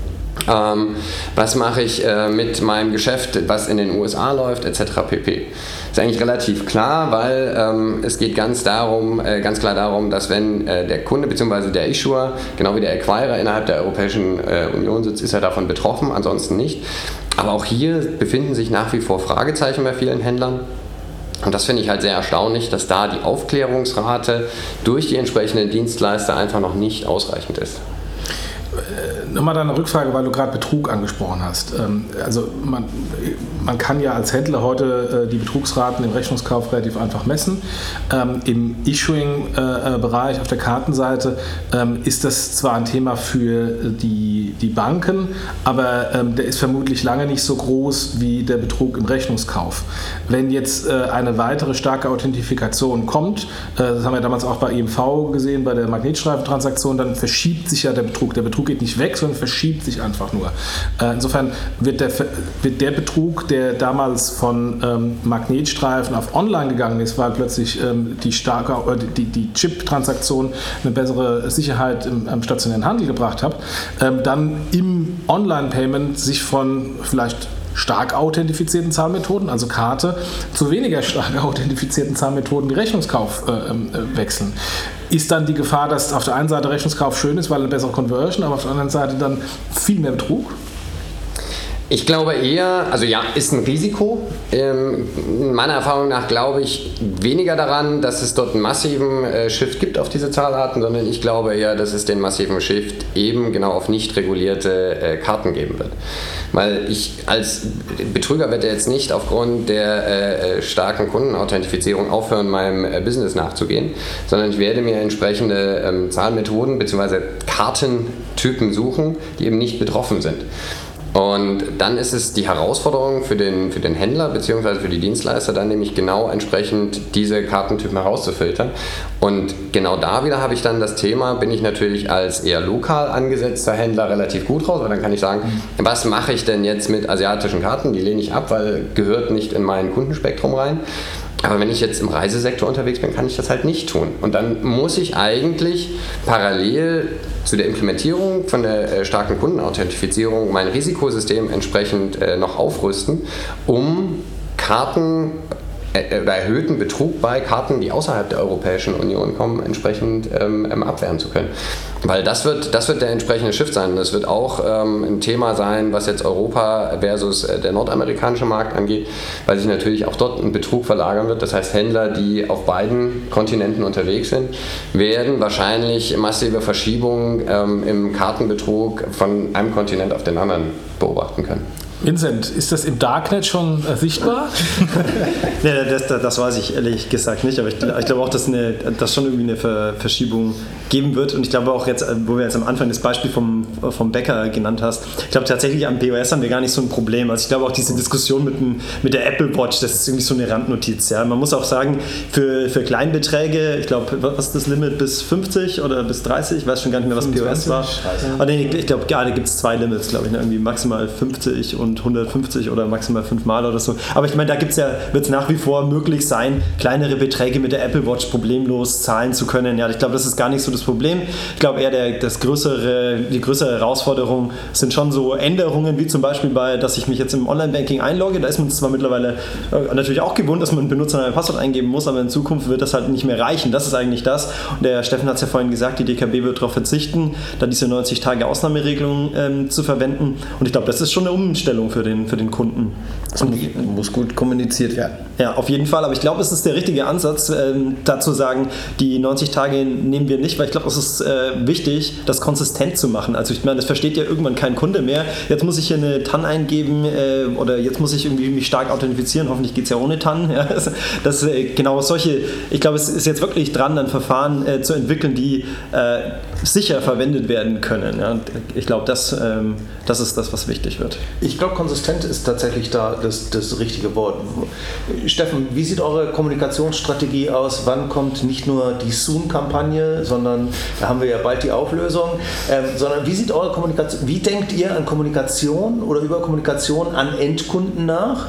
Ähm, was mache ich äh, mit meinem Geschäft, was in den U S A läuft, et cetera pp. Das ist eigentlich relativ klar, weil ähm, es geht ganz darum, äh, ganz klar darum, dass wenn äh, der Kunde bzw. der Issuer, genau wie der Acquirer innerhalb der Europäischen äh, Union sitzt, ist er davon betroffen, ansonsten nicht. Aber auch hier befinden sich nach wie vor Fragezeichen bei vielen Händlern. Und das finde ich halt sehr erstaunlich, dass da die Aufklärungsrate durch die entsprechenden Dienstleister einfach noch nicht ausreichend ist. Nochmal da eine Rückfrage, weil du gerade Betrug angesprochen hast. Also man, man kann ja als Händler heute die Betrugsraten im Rechnungskauf relativ einfach messen. Im Issuing-Bereich auf der Kartenseite ist das zwar ein Thema für die, die Banken, aber der ist vermutlich lange nicht so groß wie der Betrug im Rechnungskauf. Wenn jetzt eine weitere starke Authentifikation kommt, das haben wir damals auch bei E M V gesehen, bei der Magnetstreifentransaktion, dann verschiebt sich ja der Betrug. Der Betrug geht nicht weg, sondern verschiebt sich einfach nur. Insofern wird der, wird der Betrug, der damals von ähm, Magnetstreifen auf Online gegangen ist, weil plötzlich ähm, die, starke, äh, die, die Chip-Transaktion eine bessere Sicherheit im, im stationären Handel gebracht hat, ähm, dann im Online-Payment sich von vielleicht stark authentifizierten Zahlmethoden, also Karte, zu weniger stark authentifizierten Zahlmethoden wie Rechnungskauf äh, äh, wechseln. Ist dann die Gefahr, dass auf der einen Seite Rechnungskauf schön ist, weil eine bessere Conversion, aber auf der anderen Seite dann viel mehr Betrug? Ich glaube eher, also ja, ist ein Risiko. Ähm, meiner Erfahrung nach glaube ich weniger daran, dass es dort einen massiven äh, Shift gibt auf diese Zahlarten, sondern ich glaube eher, dass es den massiven Shift eben genau auf nicht regulierte äh, Karten geben wird. Weil ich als Betrüger werde jetzt nicht aufgrund der äh, starken Kundenauthentifizierung aufhören, meinem äh, Business nachzugehen, sondern ich werde mir entsprechende ähm, Zahlmethoden bzw. Kartentypen suchen, die eben nicht betroffen sind. Und dann ist es die Herausforderung für den, für den Händler bzw. für die Dienstleister, dann nämlich genau entsprechend diese Kartentypen herauszufiltern. Und genau da wieder habe ich dann das Thema, bin ich natürlich als eher lokal angesetzter Händler relativ gut raus, weil dann kann ich sagen, was mache ich denn jetzt mit asiatischen Karten? Die lehne ich ab, weil gehört nicht in mein Kundenspektrum rein. Aber wenn ich jetzt im Reisesektor unterwegs bin, kann ich das halt nicht tun. Und dann muss ich eigentlich parallel zu der Implementierung von der äh, starken Kundenauthentifizierung mein Risikosystem entsprechend äh, noch aufrüsten, um Karten äh, oder erhöhten Betrug bei Karten, die außerhalb der Europäischen Union kommen, entsprechend ähm, abwehren zu können. Weil das wird, das wird der entsprechende Shift sein. Das wird auch ähm, ein Thema sein, was jetzt Europa versus äh, der nordamerikanische Markt angeht, weil sich natürlich auch dort ein Betrug verlagern wird. Das heißt, Händler, die auf beiden Kontinenten unterwegs sind, werden wahrscheinlich massive Verschiebungen ähm, im Kartenbetrug von einem Kontinent auf den anderen beobachten können. Vincent, ist das im Darknet schon äh, sichtbar? Nee, das, das, das weiß ich ehrlich gesagt nicht, aber ich, ich glaube auch, dass es dass schon irgendwie eine Ver, Verschiebung geben wird. Und ich glaube auch jetzt, wo wir jetzt am Anfang das Beispiel vom, vom Bäcker genannt hast, ich glaube tatsächlich am P O S haben wir gar nicht so ein Problem. Also ich glaube auch diese Diskussion mit, dem, mit der Apple Watch, das ist irgendwie so eine Randnotiz. Ja? Man muss auch sagen, für, für Kleinbeträge, ich glaube, was ist das Limit, bis fünfzig oder bis dreißig? Ich weiß schon gar nicht mehr, was fünfundzwanzig P O S war. Aber nee, ich glaube, ja, da gibt es zwei Limits, glaube ich, ne? Irgendwie maximal fünfzig und hundertfünfzig oder maximal fünfmal oder so. Aber ich meine, da gibt's ja, wird es nach wie vor möglich sein, kleinere Beträge mit der Apple Watch problemlos zahlen zu können. Ja, ich glaube, das ist gar nicht so das Problem. Ich glaube eher, der, das größere, die größere Herausforderung sind schon so Änderungen, wie zum Beispiel bei, dass ich mich jetzt im Online-Banking einlogge. Da ist man zwar mittlerweile äh, natürlich auch gewohnt, dass man einen Benutzer ein Passwort eingeben muss, aber in Zukunft wird das halt nicht mehr reichen. Das ist eigentlich das. Und der Steffen hat es ja vorhin gesagt, die D K B wird darauf verzichten, da diese neunzig Tage Ausnahmeregelung ähm, zu verwenden. Und ich glaube, das ist schon eine Umstellung für den, für den Kunden. Und muss gut kommuniziert werden. Ja, auf jeden Fall. Aber ich glaube, es ist der richtige Ansatz, ähm, dazu sagen, die neunzig Tage nehmen wir nicht, weil ich glaube, es ist äh, wichtig, das konsistent zu machen. Also ich meine, das versteht ja irgendwann kein Kunde mehr. Jetzt muss ich hier eine T A N eingeben äh, oder jetzt muss ich irgendwie mich stark authentifizieren. Hoffentlich geht es ja ohne T A N. Ja, das, das, äh, genau solche, ich glaube, es ist jetzt wirklich dran, ein Verfahren äh, zu entwickeln, die äh, sicher verwendet werden können. Ja. Ich glaube, das, ähm, das ist das, was wichtig wird. Ich glaube, konsistent ist tatsächlich da das, das richtige Wort. Steffen, wie sieht eure Kommunikationsstrategie aus? Wann kommt nicht nur die Soon-Kampagne, sondern da haben wir ja bald die Auflösung, ähm, sondern wie sieht eure Kommunikation, wie denkt ihr an Kommunikation oder über Kommunikation an Endkunden nach?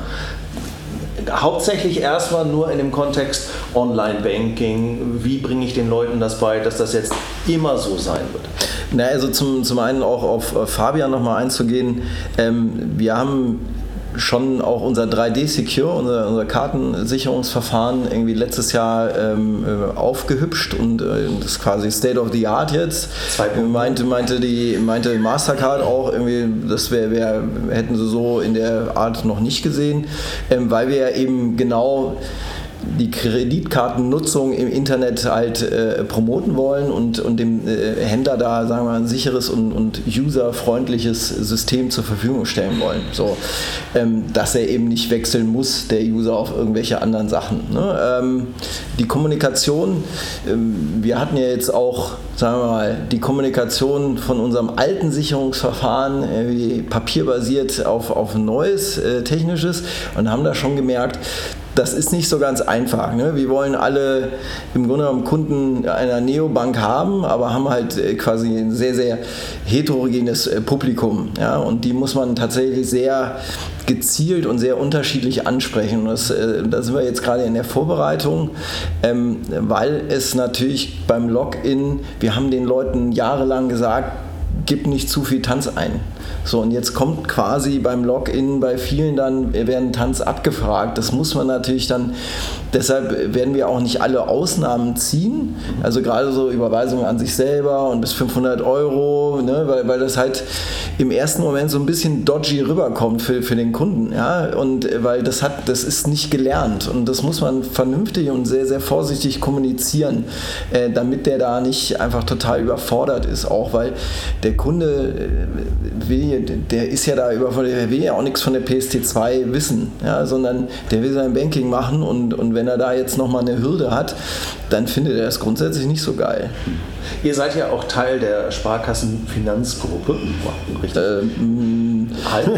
Hauptsächlich erstmal nur in dem Kontext Online-Banking. Wie bringe ich den Leuten das bei, dass das jetzt immer so sein wird? Na, also zum, zum einen auch auf Fabian nochmal einzugehen. Ähm, wir haben schon auch unser drei D Secure, unser, unser Kartensicherungsverfahren irgendwie letztes Jahr ähm, aufgehübscht und äh, das ist quasi State of the Art jetzt. Meinte, meinte, die, meinte Mastercard auch irgendwie, das wär, wär, hätten sie so in der Art noch nicht gesehen, ähm, weil wir ja eben genau die Kreditkartennutzung im Internet halt äh, promoten wollen und, und dem äh, Händler da, sagen wir mal, ein sicheres und, und userfreundliches System zur Verfügung stellen wollen. So, ähm, dass er eben nicht wechseln muss, der User, auf irgendwelche anderen Sachen. Ne? Ähm, die Kommunikation, ähm, wir hatten ja jetzt auch, sagen wir mal, die Kommunikation von unserem alten Sicherungsverfahren äh, papierbasiert auf, auf ein neues äh, technisches und haben da schon gemerkt, das ist nicht so ganz einfach. Ne? Wir wollen alle im Grunde genommen Kunden einer Neobank haben, aber haben halt quasi ein sehr, sehr heterogenes Publikum. Ja? Und die muss man tatsächlich sehr gezielt und sehr unterschiedlich ansprechen. Und das, da sind wir jetzt gerade in der Vorbereitung, ähm, weil es natürlich beim Login, wir haben den Leuten jahrelang gesagt, gib nicht zu viel Tanz ein. So, und jetzt kommt quasi beim Login bei vielen dann, werden Tanz abgefragt. Das muss man natürlich dann, deshalb werden wir auch nicht alle Ausnahmen ziehen. Also gerade so Überweisungen an sich selber und bis fünfhundert Euro, ne, weil, weil das halt im ersten Moment so ein bisschen dodgy rüberkommt für, für den Kunden. Ja? Und weil das hat, das ist nicht gelernt und das muss man vernünftig und sehr, sehr vorsichtig kommunizieren, äh, damit der da nicht einfach total überfordert ist. Auch weil der Kunde will, der ist ja da überfordert, der will ja auch nichts von der P S T zwei wissen, ja, sondern der will sein Banking machen und, und wenn er da jetzt nochmal eine Hürde hat, dann findet er das grundsätzlich nicht so geil. Ihr seid ja auch Teil der Sparkassenfinanzgruppe. Richtig? Ähm,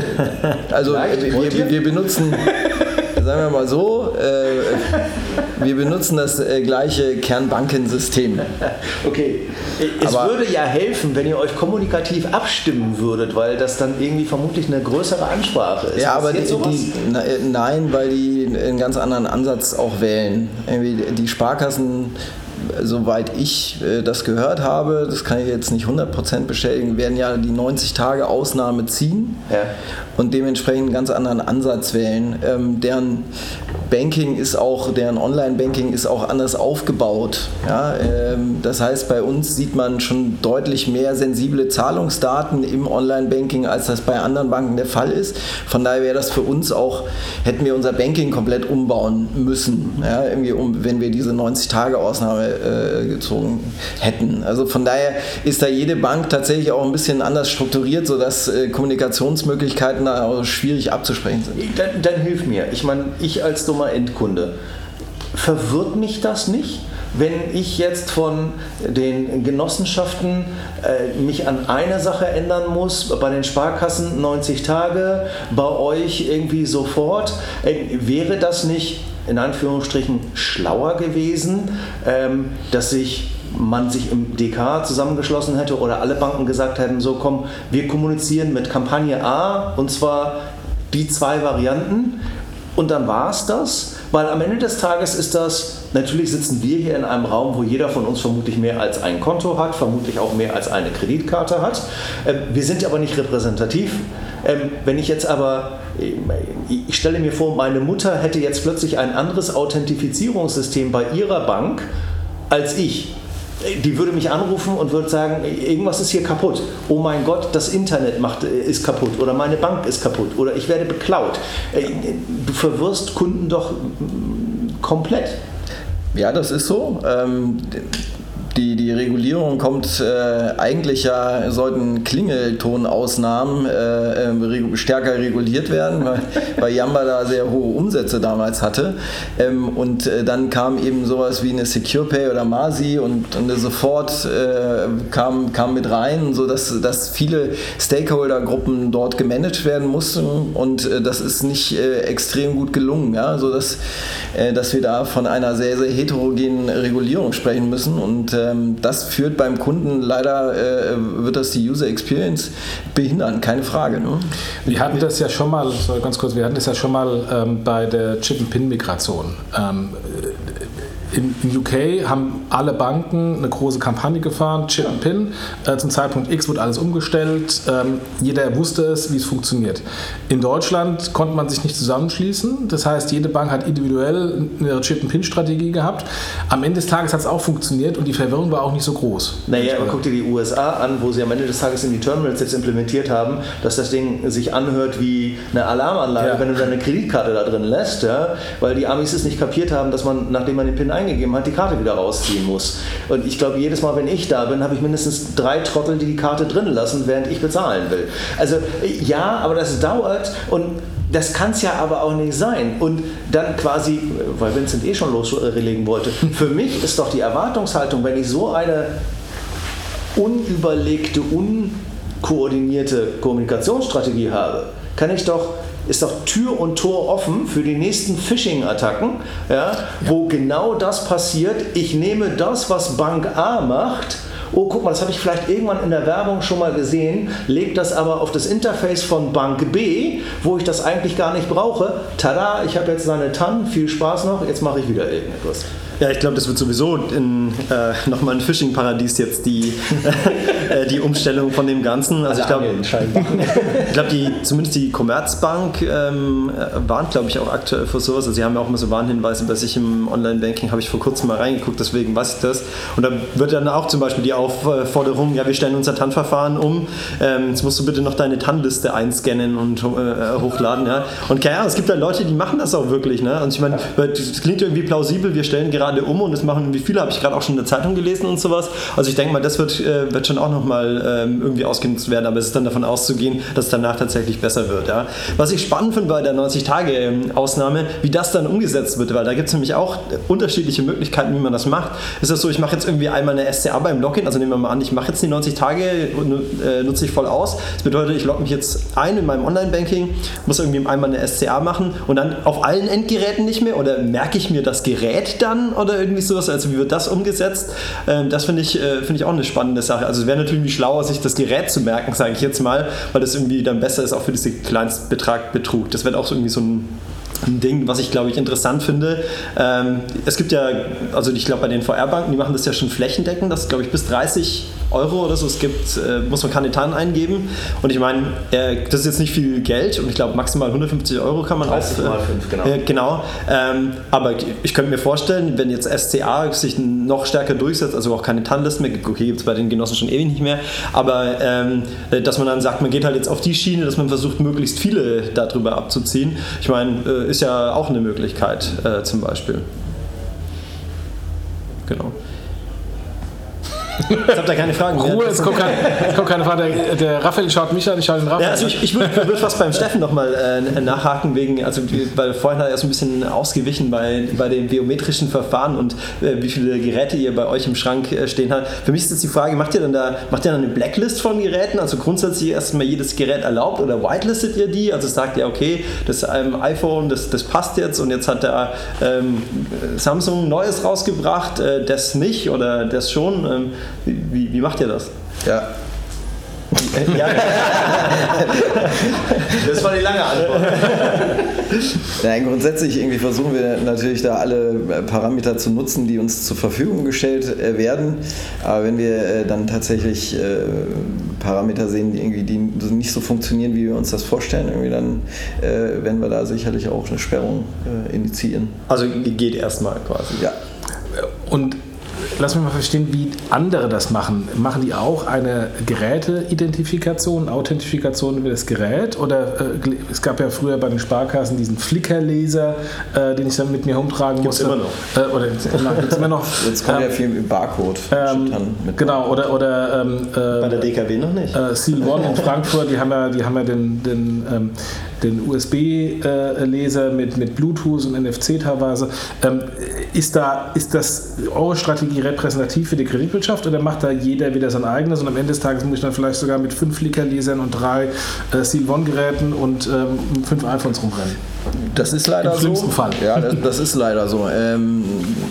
also wir, wir, wir benutzen, sagen wir mal so, äh, wir benutzen das äh, gleiche Kernbankensystem. Okay, es Aber würde ja helfen, wenn ihr euch kommunikativ abstimmen würdet, weil das dann irgendwie vermutlich eine größere Ansprache ist. Ja, aber die, die, nein, weil die einen ganz anderen Ansatz auch wählen. Irgendwie die Sparkassen, soweit ich äh, das gehört habe, das kann ich jetzt nicht hundert Prozent bestätigen, werden ja die neunzig Tage Ausnahme ziehen, ja, und dementsprechend einen ganz anderen Ansatz wählen. Ähm, deren Banking ist auch, deren Online-Banking ist auch anders aufgebaut. Ja? Ähm, das heißt, bei uns sieht man schon deutlich mehr sensible Zahlungsdaten im Online-Banking, als das bei anderen Banken der Fall ist. Von daher wäre das für uns auch, hätten wir unser Banking komplett umbauen müssen, ja? Irgendwie um, wenn wir diese neunzig Tage Ausnahme äh, gezogen hätten. Also von daher ist da jede Bank tatsächlich auch ein bisschen anders strukturiert, sodass äh, Kommunikationsmöglichkeiten da auch schwierig abzusprechen sind. Dann, dann hilf mir. Ich meine, ich als dummer Endkunde, verwirrt mich das nicht, wenn ich jetzt von den Genossenschaften äh, mich an eine Sache ändern muss, bei den Sparkassen neunzig Tage, bei euch irgendwie sofort? Äh, wäre das nicht in Anführungsstrichen schlauer gewesen, ähm, dass sich man sich im D K zusammengeschlossen hätte oder alle Banken gesagt hätten, so komm, wir kommunizieren mit Kampagne A und zwar die zwei Varianten und dann war es das, weil am Ende des Tages ist das, natürlich sitzen wir hier in einem Raum, wo jeder von uns vermutlich mehr als ein Konto hat, vermutlich auch mehr als eine Kreditkarte hat. Wir sind aber nicht repräsentativ. Wenn ich jetzt aber, ich stelle mir vor, meine Mutter hätte jetzt plötzlich ein anderes Authentifizierungssystem bei ihrer Bank als ich. die würde mich anrufen und würde sagen, irgendwas ist hier kaputt. Oh mein Gott, das Internet macht, ist kaputt oder meine Bank ist kaputt oder ich werde beklaut. Du verwirrst Kunden doch komplett. Ja, das ist so. Ähm, Die, die Regulierung kommt äh, eigentlich ja, sollten Klingeltonausnahmen äh, äh, stärker reguliert werden, weil, weil Yamba da sehr hohe Umsätze damals hatte. Ähm, und äh, dann kam eben sowas wie eine SecurePay oder Masi und, und sofort äh, kam, kam mit rein, sodass dass viele Stakeholder-Gruppen dort gemanagt werden mussten und äh, das ist nicht äh, extrem gut gelungen, ja? Sodass äh, dass wir da von einer sehr, sehr heterogenen Regulierung sprechen müssen und äh, das führt beim Kunden leider, äh, wird das die User Experience behindern, keine Frage. Ne? Wir hatten das ja schon mal, sorry, ganz kurz, wir hatten das ja schon mal ähm, bei der Chip-and-Pin-Migration. Ähm, In, in U K haben alle Banken eine große Kampagne gefahren, Chip and Pin. Äh, zum Zeitpunkt X wurde alles umgestellt. Ähm, jeder wusste es, wie es funktioniert. In Deutschland konnte man sich nicht zusammenschließen. Das heißt, jede Bank hat individuell eine Chip and Pin Strategie gehabt. Am Ende des Tages hat es auch funktioniert und die Verwirrung war auch nicht so groß. Naja, guck dir die U S A an, wo sie am Ende des Tages in die Terminals jetzt implementiert haben, dass das Ding sich anhört wie eine Alarmanlage, ja. Wenn du deine Kreditkarte da drin lässt, ja, weil die Amis es nicht kapiert haben, dass man, nachdem man den Pin eingegeben hat, die Karte wieder rausziehen muss. Und ich glaube, jedes Mal, wenn ich da bin, habe ich mindestens drei Trottel, die die Karte drin lassen, während ich bezahlen will. Also ja, aber das dauert und das kann es ja aber auch nicht sein. Und dann quasi, weil Vincent eh schon loslegen wollte, für mich ist doch die Erwartungshaltung, wenn ich so eine unüberlegte, unkoordinierte Kommunikationsstrategie habe, kann ich doch ist doch Tür und Tor offen für die nächsten Phishing-Attacken, ja, wo genau das passiert. Ich nehme das, was Bank A macht, oh, guck mal, das habe ich vielleicht irgendwann in der Werbung schon mal gesehen, lege das aber auf das Interface von Bank B, wo ich das eigentlich gar nicht brauche. Tada, ich habe jetzt eine T A N, viel Spaß noch, jetzt mache ich wieder irgendetwas. Ja, ich glaube, das wird sowieso in, äh, nochmal ein Phishing-Paradies jetzt die, äh, die Umstellung von dem Ganzen. Also ich glaube, ich glaube, die, zumindest die Commerzbank ähm, warnt, glaube ich, auch aktuell vor sowas. Also sie haben ja auch immer so Warnhinweise bei sich im Online-Banking, habe ich vor kurzem mal reingeguckt, deswegen weiß ich das. Und da wird dann auch zum Beispiel die Aufforderung, ja, wir stellen unser T A N-Verfahren um, ähm, jetzt musst du bitte noch deine T A N-Liste einscannen und äh, hochladen. Ja. Und keine Ahnung, es gibt da Leute, die machen das auch wirklich. Ne? Und ich meine, das klingt irgendwie plausibel, wir stellen gerade um und das machen wie viele, habe ich gerade auch schon in der Zeitung gelesen und sowas. Also ich denke mal, das wird, äh, wird schon auch nochmal ähm, irgendwie ausgenutzt werden, aber es ist dann davon auszugehen, dass es danach tatsächlich besser wird. Ja. Was ich spannend finde bei der neunzig-Tage-Ausnahme, wie das dann umgesetzt wird, weil da gibt es nämlich auch unterschiedliche Möglichkeiten, wie man das macht. Ist das so, ich mache jetzt irgendwie einmal eine S C A beim Login, also nehmen wir mal an, ich mache jetzt die neunzig Tage, äh, nutze ich voll aus. Das bedeutet, ich logge mich jetzt ein in meinem Online-Banking, muss irgendwie einmal eine S C A machen und dann auf allen Endgeräten nicht mehr oder merke ich mir das Gerät dann oder irgendwie sowas, also wie wird das umgesetzt? Ähm, das finde ich, äh, find ich auch eine spannende Sache. Also es wäre natürlich schlauer, sich das Gerät zu merken, sage ich jetzt mal, weil das irgendwie dann besser ist, auch für diese Kleinstbetragbetrug. Das wäre auch so irgendwie so ein ein Ding, was ich glaube ich interessant finde. Ähm, es gibt ja, also ich glaube bei den V R-Banken, die machen das ja schon flächendeckend, dass glaube ich bis dreißig Euro oder so es gibt, äh, muss man keine T A N eingeben. Und ich meine, äh, das ist jetzt nicht viel Geld und ich glaube maximal hundertfünfzig Euro kann man auch. dreißig mal fünf, genau. Äh, genau. Ähm, aber ich könnte mir vorstellen, wenn jetzt S C A sich noch stärker durchsetzt, also auch keine T A N-Listen mehr, okay, gibt es bei den Genossen schon ewig nicht mehr, aber ähm, dass man dann sagt, man geht halt jetzt auf die Schiene, dass man versucht, möglichst viele darüber abzuziehen. Ich meine, äh, ist ja auch eine Möglichkeit äh, zum Beispiel. Genau. Jetzt habt ihr keine Fragen mehr. Ruhe, es kommt, kein, es kommt keine Frage. Der, der Raphael schaut mich an, ich schaue den Raphael. Ja, also ich, ich würde würd fast beim Steffen nochmal äh, nachhaken, wegen, also, weil vorhin hat er so ein bisschen ausgewichen bei, bei den biometrischen Verfahren und äh, wie viele Geräte ihr bei euch im Schrank äh, stehen habt. Für mich ist jetzt die Frage, macht ihr dann da macht ihr dann eine Blacklist von Geräten, also grundsätzlich erstmal jedes Gerät erlaubt oder whitelistet ihr die? Also sagt ihr, okay, das ähm, iPhone, das, das passt jetzt und jetzt hat der ähm, Samsung Neues rausgebracht, äh, das nicht oder das schon. Ähm, Wie, wie macht ihr das? Ja. ja. Das war die lange Antwort. Nein, grundsätzlich irgendwie versuchen wir natürlich da alle Parameter zu nutzen, die uns zur Verfügung gestellt werden. Aber wenn wir dann tatsächlich Parameter sehen, die irgendwie die nicht so funktionieren, wie wir uns das vorstellen, irgendwie dann werden wir da sicherlich auch eine Sperrung initiieren. Also geht erstmal quasi. Ja. Und lass mich mal verstehen, wie andere das machen. Machen die auch eine Geräteidentifikation, Authentifikation über das Gerät? Oder äh, es gab ja früher bei den Sparkassen diesen Flickerleser, äh, den ich dann mit mir rumtragen Gibt's musste. immer noch. Äh, oder na, gibt's immer noch. Jetzt kommt ähm, ja viel mit Barcode. Ähm, mit genau, oder, oder ähm, äh, Bei der D K W noch nicht. Äh, Seal One in Frankfurt, die haben ja, die haben ja den, den, ähm, den U S B-Leser mit, mit Bluetooth und N F C teilweise. Ähm, ist, da, ist das eure Strategie repräsentativ für die Kreditwirtschaft oder macht da jeder wieder sein eigenes und am Ende des Tages muss ich dann vielleicht sogar mit fünf Flickr-Lesern und drei äh, Seal One-Geräten und ähm, fünf iPhones rumrennen? Das ist leider Im schlimmsten so. Fall. Ja, das, das ist leider so. Ähm,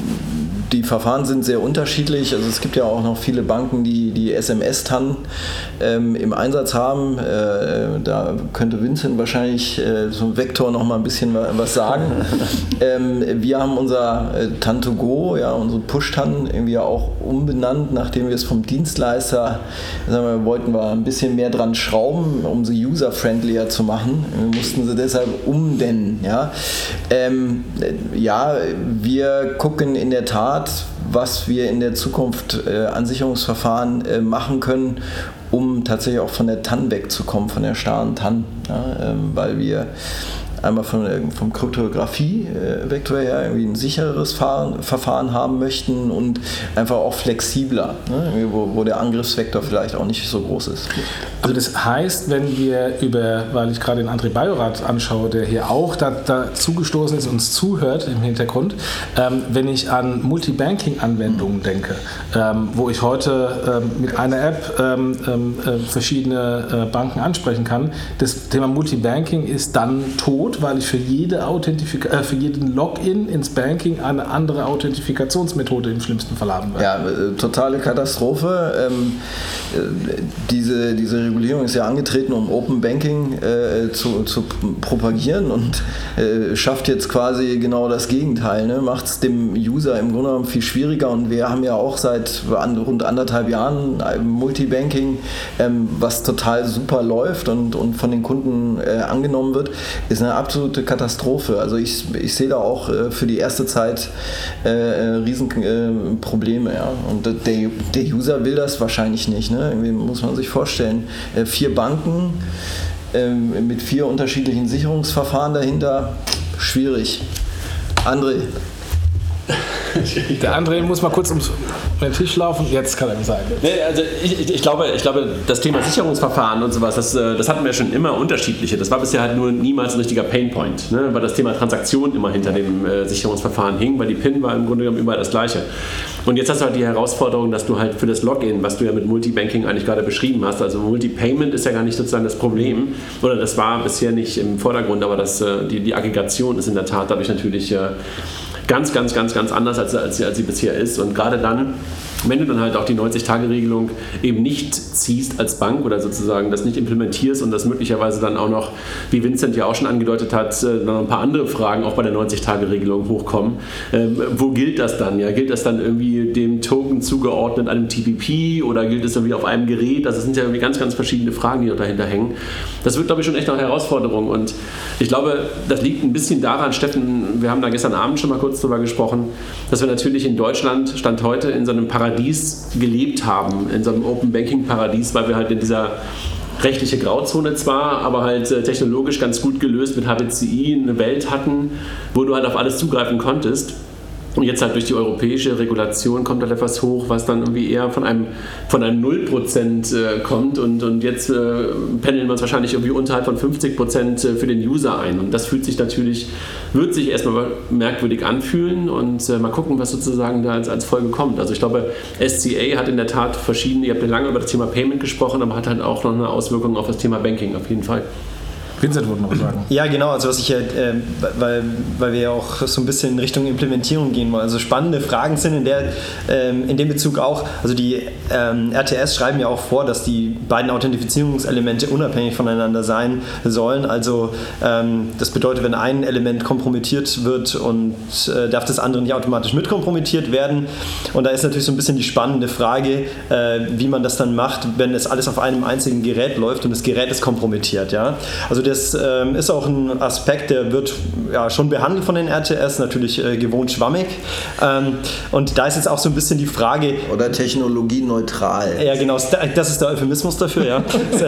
Die Verfahren sind sehr unterschiedlich. Also es gibt ja auch noch viele Banken, die die S M S-T A N ähm, im Einsatz haben. Äh, da könnte Vincent wahrscheinlich äh, so ein Vektor noch mal ein bisschen was sagen. ähm, wir haben unser äh, T A N to go, ja, unsere Push-T A N irgendwie auch umbenannt, nachdem wir es vom Dienstleister, sagen wir, wollten wir ein bisschen mehr dran schrauben, um sie user-friendlier zu machen. Wir mussten sie deshalb umbenennen. Ja, ähm, ja, wir gucken in der Tat, was wir in der Zukunft äh, an Sicherungsverfahren äh, machen können, um tatsächlich auch von der T A N wegzukommen, von der starren T A N, ja, ähm, weil wir einmal von, vom Kryptographie-Vektor her irgendwie ein sichereres Fahren, Verfahren haben möchten und einfach auch flexibler, ne, wo, wo der Angriffsvektor vielleicht auch nicht so groß ist. Also das heißt, wenn wir über, weil ich gerade den André Bajorath anschaue, der hier auch da, dazu gestoßen ist und uns zuhört im Hintergrund, ähm, wenn ich an Multibanking-Anwendungen denke, ähm, wo ich heute ähm, mit einer App ähm, äh, verschiedene äh, Banken ansprechen kann, das Thema Multibanking ist dann tot, weil ich für, jede Authentifika- äh, für jeden Login ins Banking eine andere Authentifikationsmethode im schlimmsten Fall haben werde. Ja, äh, totale Katastrophe. Ähm, äh, diese, diese Regulierung ist ja angetreten, um Open Banking äh, zu, zu propagieren und äh, schafft jetzt quasi genau das Gegenteil. Ne? Macht es dem User im Grunde genommen viel schwieriger und wir haben ja auch seit an, rund anderthalb Jahren Multibanking, ähm, was total super läuft und, und von den Kunden äh, angenommen wird, ist eine absolute Katastrophe. Also ich, ich sehe da auch äh, für die erste Zeit äh, riesen äh, Probleme. Ja? Und der, der User will das wahrscheinlich nicht. Ne? Irgendwie muss man sich vorstellen, äh, vier Banken äh, mit vier unterschiedlichen Sicherungsverfahren dahinter, schwierig. André. Der André muss mal kurz um den Tisch laufen, jetzt kann er ihm sagen. Nee, also ich, ich, ich, glaube, ich glaube, das Thema Sicherungsverfahren und sowas, das, das hatten wir schon immer unterschiedliche. Das war bisher halt nur niemals ein richtiger Painpoint, ne? Weil das Thema Transaktion immer hinter dem äh, Sicherungsverfahren hing, weil die P I N war im Grunde genommen überall das Gleiche. Und jetzt hast du halt die Herausforderung, dass du halt für das Login, was du ja mit Multibanking eigentlich gerade beschrieben hast, also Multipayment ist ja gar nicht sozusagen das Problem, oder das war bisher nicht im Vordergrund, aber das, äh, die, die Aggregation ist in der Tat dadurch natürlich äh, ganz, ganz, ganz, ganz anders, als, als, sie, als sie bisher ist. Und gerade dann, wenn du dann halt auch die neunzig-Tage-Regelung eben nicht ziehst als Bank oder sozusagen das nicht implementierst und das möglicherweise dann auch noch, wie Vincent ja auch schon angedeutet hat, dann noch ein paar andere Fragen auch bei der neunzig-Tage-Regelung hochkommen. Ähm, wo gilt das dann? Ja, gilt das dann irgendwie dem Token zugeordnet einem T P P oder gilt es irgendwie auf einem Gerät? Das sind ja irgendwie ganz, ganz verschiedene Fragen, die noch dahinter hängen. Das wird, glaube ich, schon echt eine Herausforderung. Und ich glaube, das liegt ein bisschen daran, Steffen, wir haben da gestern Abend schon mal kurz drüber gesprochen, dass wir natürlich in Deutschland, Stand heute, in so einem Paradies gelebt haben, in so einem Open Banking Paradies, weil wir halt in dieser rechtliche Grauzone zwar, aber halt äh, technologisch ganz gut gelöst mit H B C I eine Welt hatten, wo du halt auf alles zugreifen konntest. Und jetzt halt durch die europäische Regulation kommt halt etwas hoch, was dann irgendwie eher von einem, von einem null Prozent äh, kommt und, und jetzt äh, pendeln wir uns wahrscheinlich irgendwie unterhalb von fünfzig Prozent für den User ein. Und das fühlt sich natürlich, wird sich erstmal merkwürdig anfühlen und äh, mal gucken, was sozusagen da als, als Folge kommt. Also ich glaube, S C A hat in der Tat verschiedene, ihr habt ja lange über das Thema Payment gesprochen, aber hat halt auch noch eine Auswirkung auf das Thema Banking auf jeden Fall. Vincent wollte noch sagen. Ja, genau, also was ich ja, äh, weil, weil wir ja auch so ein bisschen in Richtung Implementierung gehen wollen. Also spannende Fragen sind in, der, ähm, in dem Bezug auch, also die ähm, R T S schreiben ja auch vor, dass die beiden Authentifizierungselemente unabhängig voneinander sein sollen. Also ähm, das bedeutet, wenn ein Element kompromittiert wird und äh, darf das andere nicht automatisch mit kompromittiert werden. Und da ist natürlich so ein bisschen die spannende Frage, äh, wie man das dann macht, wenn es alles auf einem einzigen Gerät läuft und das Gerät ist kompromittiert. Ja? Also der das ähm, ist auch ein Aspekt, der wird ja, schon behandelt von den R T S, natürlich äh, gewohnt schwammig. Ähm, und da ist jetzt auch so ein bisschen die Frage... Oder technologieneutral. Ja, genau, das ist der Euphemismus dafür, ja.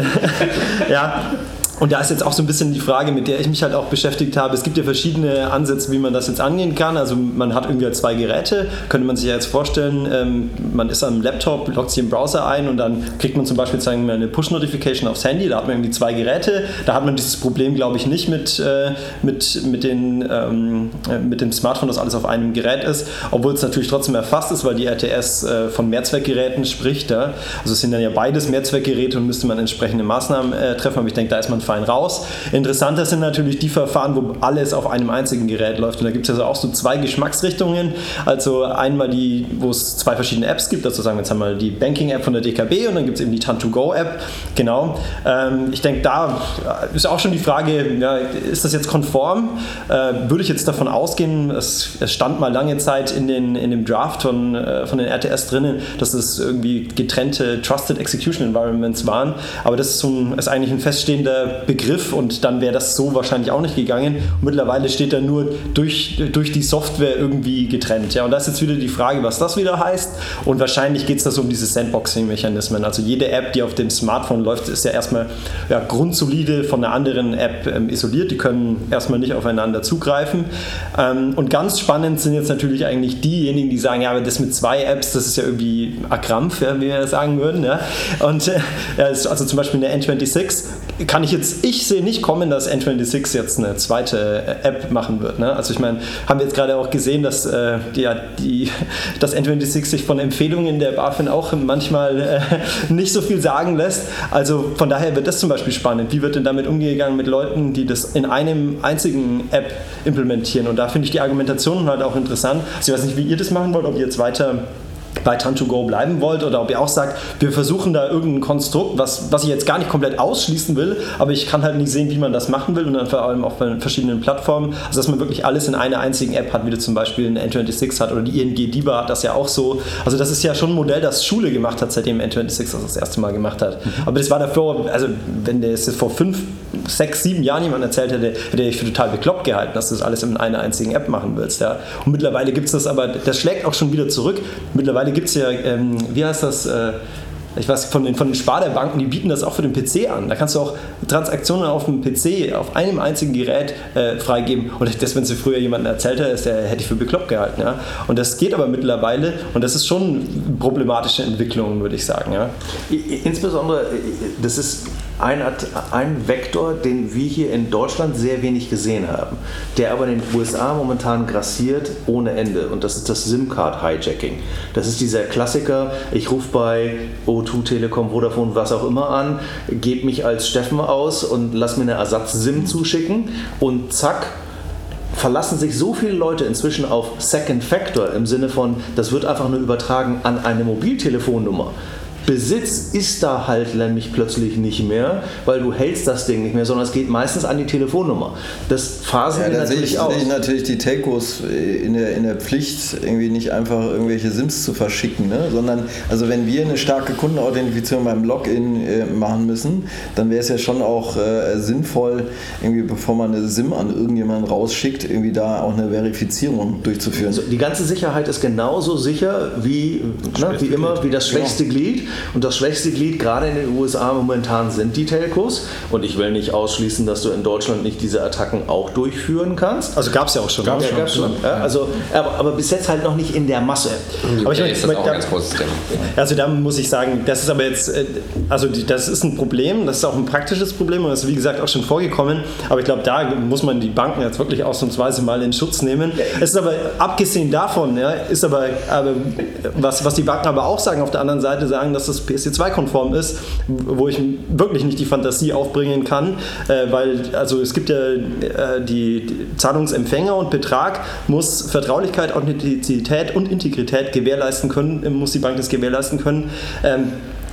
ja. Und da ist jetzt auch so ein bisschen die Frage, mit der ich mich halt auch beschäftigt habe. Es gibt ja verschiedene Ansätze, wie man das jetzt angehen kann. Also man hat irgendwie zwei Geräte, könnte man sich ja jetzt vorstellen, ähm, man ist am Laptop, loggt sich im Browser ein und dann kriegt man zum Beispiel sagen wir, eine Push-Notification aufs Handy, da hat man irgendwie zwei Geräte. Da hat man dieses Problem, glaube ich, nicht mit, äh, mit, mit, den, ähm, mit dem Smartphone, dass alles auf einem Gerät ist, obwohl es natürlich trotzdem erfasst ist, weil die R T S äh, von Mehrzweckgeräten spricht. Ja? Also es sind dann ja beides Mehrzweckgeräte und müsste man entsprechende Maßnahmen äh, treffen, aber ich denke, da ist man fein raus. Interessanter sind natürlich die Verfahren, wo alles auf einem einzigen Gerät läuft. Und da gibt es also auch so zwei Geschmacksrichtungen. Also einmal die, wo es zwei verschiedene Apps gibt. Also sagen wir jetzt einmal die Banking-App von der D K B und dann gibt es eben die Tant to Go-App. Genau. Ähm, ich denke, da ist auch schon die Frage, ja, ist das jetzt konform? Äh, würde ich jetzt davon ausgehen, es, es stand mal lange Zeit in, den, in dem Draft von, äh, von den R T S drinnen, dass es irgendwie getrennte Trusted Execution Environments waren. Aber das ist, so ein, ist eigentlich ein feststehender Begriff und dann wäre das so wahrscheinlich auch nicht gegangen. Und mittlerweile steht da nur durch, durch die Software irgendwie getrennt. Ja, und da ist jetzt wieder die Frage, was das wieder heißt. Und wahrscheinlich geht es da so um diese Sandboxing-Mechanismen. Also jede App, die auf dem Smartphone läuft, ist ja erstmal ja, grundsolide von einer anderen App ähm, isoliert. Die können erstmal nicht aufeinander zugreifen. Ähm, und ganz spannend sind jetzt natürlich eigentlich diejenigen, die sagen, ja, aber das mit zwei Apps, das ist ja irgendwie ein Krampf, ja, wie wir sagen würden. Ja. Und äh, also zum Beispiel eine N sechsundzwanzig kann ich jetzt Ich sehe nicht kommen, dass N sechsundzwanzig jetzt eine zweite App machen wird. Ne? Also ich meine, haben wir jetzt gerade auch gesehen, dass, äh, die, die, dass N sechsundzwanzig sich von Empfehlungen der BaFin auch manchmal äh, nicht so viel sagen lässt. Also von daher wird das zum Beispiel spannend. Wie wird denn damit umgegangen mit Leuten, die das in einem einzigen App implementieren? Und da finde ich die Argumentation halt auch interessant. Also ich weiß nicht, wie ihr das machen wollt, ob ihr jetzt weiter bei Tant to Go bleiben wollt oder ob ihr auch sagt, wir versuchen da irgendein Konstrukt, was, was ich jetzt gar nicht komplett ausschließen will, aber ich kann halt nicht sehen, wie man das machen will und dann vor allem auch bei verschiedenen Plattformen, also dass man wirklich alles in einer einzigen App hat, wie du zum Beispiel ein N sechsundzwanzig hat oder die I N G DiBa hat das ja auch so. Also das ist ja schon ein Modell, das Schule gemacht hat, seitdem N sechsundzwanzig das das erste Mal gemacht hat. Mhm. Aber das war davor, also wenn der es vor fünf, sechs, sieben Jahren jemand erzählt hätte, hätte ich für total bekloppt gehalten, dass du das alles in einer einzigen App machen willst. Ja. Und mittlerweile gibt es das, aber das schlägt auch schon wieder zurück. Mittlerweile gibt es ja, ähm, wie heißt das, äh, ich weiß, von den, von den Sparda-Banken, die bieten das auch für den P C an. Da kannst du auch Transaktionen auf dem P C, auf einem einzigen Gerät äh, freigeben. Und das, wenn sie früher jemanden erzählt hätte, der hätte ich für bekloppt gehalten. Ja? Und das geht aber mittlerweile und das ist schon eine problematische Entwicklung, würde ich sagen. Ja? Insbesondere, das ist ein, ein Vektor, den wir hier in Deutschland sehr wenig gesehen haben, der aber in den U S A momentan grassiert ohne Ende. Und das ist das SIM-Card-Hijacking. Das ist dieser Klassiker, ich rufe bei O zwei, Telekom, Vodafone, was auch immer an, gebe mich als Steffen aus und lass mir eine Ersatz-SIM zuschicken und zack, verlassen sich so viele Leute inzwischen auf Second Factor im Sinne von, das wird einfach nur übertragen an eine Mobiltelefonnummer. Besitz ist da halt nämlich plötzlich nicht mehr, weil du hältst das Ding nicht mehr, sondern es geht meistens an die Telefonnummer. Das phasen ja, wir da natürlich sehe ich, aus. sehe ich natürlich die Telcos in der, in der Pflicht, irgendwie nicht einfach irgendwelche SIMs zu verschicken, ne? Sondern, also wenn wir eine starke Kundenauthentifizierung beim Login äh, machen müssen, dann wäre es ja schon auch äh, sinnvoll, irgendwie bevor man eine SIM an irgendjemanden rausschickt, irgendwie da auch eine Verifizierung durchzuführen. Also die ganze Sicherheit ist genauso sicher wie, ne, wie immer, wie das schwächste genau. Glied. Und das schwächste Glied, gerade in den U S A momentan, sind die Telcos. Und ich will nicht ausschließen, dass du in Deutschland nicht diese Attacken auch durchführen kannst. Also gab es ja auch schon. Gab's ja, gab's schon. Ja, also, aber, aber bis jetzt halt noch nicht in der Masse. Okay, aber ich ist das auch ein ganz großes Thema. Also da muss ich sagen, das ist aber jetzt, also das ist ein Problem, das ist auch ein praktisches Problem und das ist wie gesagt auch schon vorgekommen. Aber ich glaube, da muss man die Banken jetzt wirklich ausnahmsweise mal in Schutz nehmen. Es ist aber, abgesehen davon, ja, ist aber, aber was, was die Banken aber auch sagen, auf der anderen Seite sagen, dass das P S C zwei konform ist, wo ich wirklich nicht die Fantasie aufbringen kann, äh, weil also es gibt ja äh, die, die Zahlungsempfänger und Betrag muss Vertraulichkeit, Authentizität und Integrität gewährleisten können, muss die Bank das gewährleisten können. Ähm,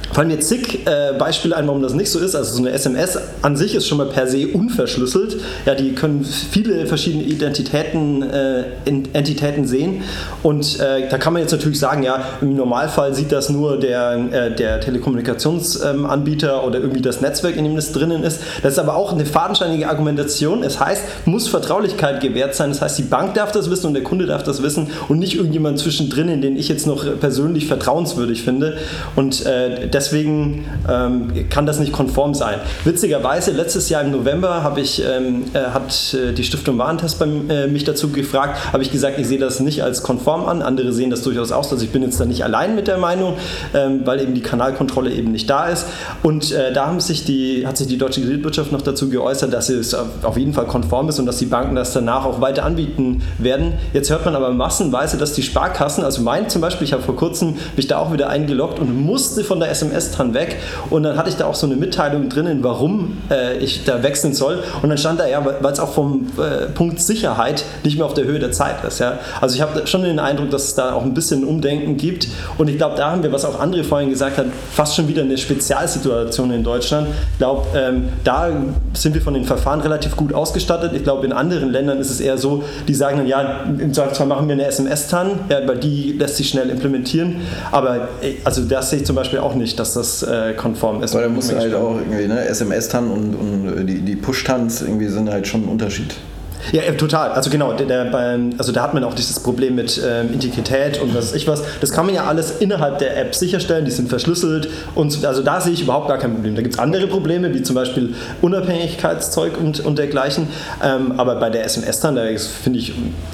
fallen mir zig äh, Beispiele ein, warum das nicht so ist. Also so eine S M S an sich ist schon mal per se unverschlüsselt. Ja, die können viele verschiedene Identitäten, äh, Entitäten sehen. Und äh, da kann man jetzt natürlich sagen, ja, im Normalfall sieht das nur der, äh, der Telekommunikationsanbieter ähm, oder irgendwie das Netzwerk, in dem das drinnen ist. Das ist aber auch eine fadenscheinige Argumentation. Es heißt, muss Vertraulichkeit gewährt sein. Das heißt, die Bank darf das wissen und der Kunde darf das wissen und nicht irgendjemand zwischendrin, den ich jetzt noch persönlich vertrauenswürdig finde. Und äh, deswegen ähm, kann das nicht konform sein. Witzigerweise, letztes Jahr im November habe ich, ähm, äh, hat äh, die Stiftung Warentest bei, äh, mich dazu gefragt, habe ich gesagt, ich sehe das nicht als konform an. Andere sehen das durchaus aus. Also ich bin jetzt da nicht allein mit der Meinung, ähm, weil eben die Kanalkontrolle eben nicht da ist. Und äh, da haben sich die, hat sich die deutsche Kreditwirtschaft noch dazu geäußert, dass es auf jeden Fall konform ist und dass die Banken das danach auch weiter anbieten werden. Jetzt hört man aber massenweise, dass die Sparkassen, also mein zum Beispiel, ich habe vor kurzem mich da auch wieder eingeloggt und musste von der S M S dran weg und dann hatte ich da auch so eine Mitteilung drinnen, warum äh, ich da wechseln soll und dann stand da ja, weil es auch vom äh, Punkt Sicherheit nicht mehr auf der Höhe der Zeit ist. Ja? Also ich habe schon den Eindruck, dass es da auch ein bisschen Umdenken gibt und ich glaube, da haben wir, was auch André vorhin gesagt hat, fast schon wieder eine Spezialsituation in Deutschland. Ich glaube, ähm, da sind wir von den Verfahren relativ gut ausgestattet. Ich glaube, in anderen Ländern ist es eher so, die sagen dann, ja, im Zweifelsfall machen wir eine S M S-TAN, ja, weil die lässt sich schnell implementieren. Aber also das sehe ich zum Beispiel auch nicht, dass das äh, konform ist. Weil da muss halt auch irgendwie, ne, S M S-TAN und, und die, die Push-TANs irgendwie sind halt schon ein Unterschied. Ja, total. Also genau, der, der, also da hat man auch dieses Problem mit ähm, Integrität und was weiß ich was. Das kann man ja alles innerhalb der App sicherstellen, die sind verschlüsselt und also da sehe ich überhaupt gar kein Problem. Da gibt es andere Probleme, wie zum Beispiel Unabhängigkeitszeug und, und dergleichen. Ähm, aber bei der S M S-TAN, da finde ich,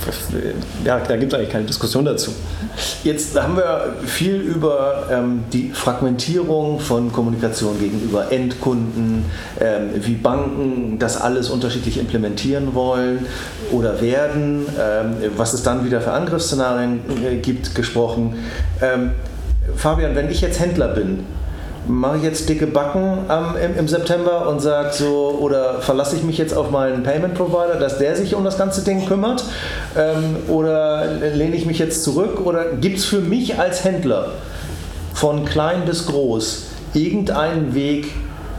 ja, da gibt es eigentlich keine Diskussion dazu. Jetzt haben wir viel über ähm, die Fragmentierung von Kommunikation gegenüber Endkunden, ähm, wie Banken das alles unterschiedlich implementieren wollen oder werden, ähm, was es dann wieder für Angriffsszenarien äh, gibt, gesprochen. Ähm, Fabian, wenn ich jetzt Händler bin, mache ich jetzt dicke Backen ähm, im, im September und sage so, oder verlasse ich mich jetzt auf meinen Payment Provider, dass der sich um das ganze Ding kümmert, ähm, oder lehne ich mich jetzt zurück, oder gibt es für mich als Händler von klein bis groß irgendeinen Weg,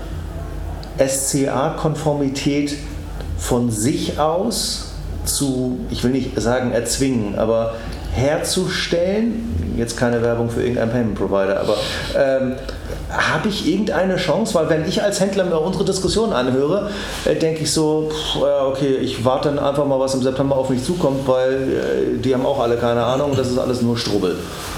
S C A-Konformität von sich aus zu, ich will nicht sagen erzwingen, aber herzustellen, jetzt keine Werbung für irgendeinen Payment Provider, aber ähm, habe ich irgendeine Chance? Weil wenn ich als Händler mir unsere Diskussion anhöre, äh, denke ich so, pff, ja, okay, ich warte dann einfach mal, was im September auf mich zukommt, weil äh, die haben auch alle keine Ahnung, das ist alles nur Strubbel.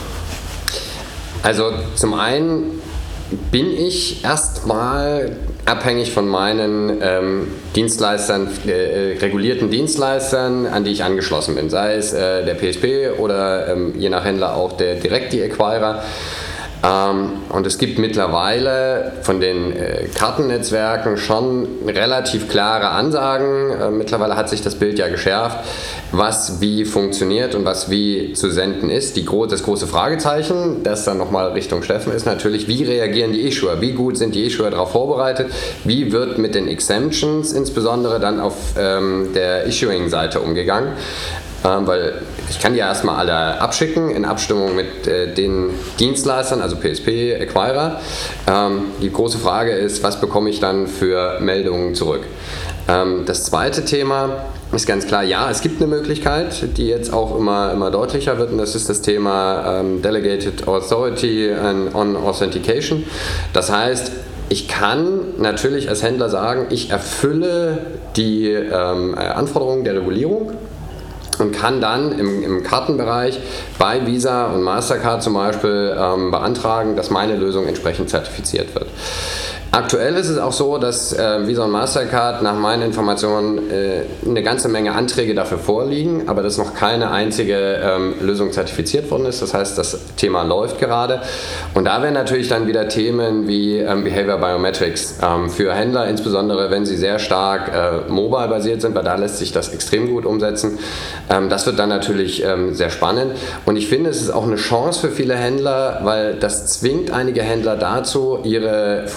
Also zum einen bin ich erstmal abhängig von meinen ähm, Dienstleistern, äh, regulierten Dienstleistern, an die ich angeschlossen bin, sei es äh, der P S P oder ähm, je nach Händler auch der Direct-Acquirer. Ähm, und es gibt mittlerweile von den äh, Kartennetzwerken schon relativ klare Ansagen. Äh, mittlerweile hat sich das Bild ja geschärft, was wie funktioniert und was wie zu senden ist. Die gro- das große Fragezeichen, das dann nochmal Richtung Steffen ist natürlich, wie reagieren die Issuer? Wie gut sind die Issuer darauf vorbereitet? Wie wird mit den Exemptions insbesondere dann auf ähm, der Issuing-Seite umgegangen? Ähm, weil ich kann die ja erstmal alle abschicken in Abstimmung mit äh, den Dienstleistern, also P S P, Acquirer. Ähm, die große Frage ist, was bekomme ich dann für Meldungen zurück? Ähm, das zweite Thema ist ganz klar, ja, es gibt eine Möglichkeit, die jetzt auch immer, immer deutlicher wird, und das ist das Thema ähm, Delegated Authority on Authentication. Das heißt, ich kann natürlich als Händler sagen, ich erfülle die ähm, Anforderungen der Regulierung und kann dann im, im Kartenbereich bei Visa und Mastercard zum Beispiel ähm, beantragen, dass meine Lösung entsprechend zertifiziert wird. Aktuell ist es auch so, dass äh, Visa und Mastercard nach meinen Informationen äh, eine ganze Menge Anträge dafür vorliegen, aber dass noch keine einzige ähm, Lösung zertifiziert worden ist. Das heißt, das Thema läuft gerade. Und da wären natürlich dann wieder Themen wie ähm, Behavior Biometrics ähm, für Händler, insbesondere wenn sie sehr stark äh, mobile basiert sind, weil da lässt sich das extrem gut umsetzen. Ähm, das wird dann natürlich ähm, sehr spannend. Und ich finde, es ist auch eine Chance für viele Händler, weil das zwingt einige Händler dazu, ihre Fraudstrategie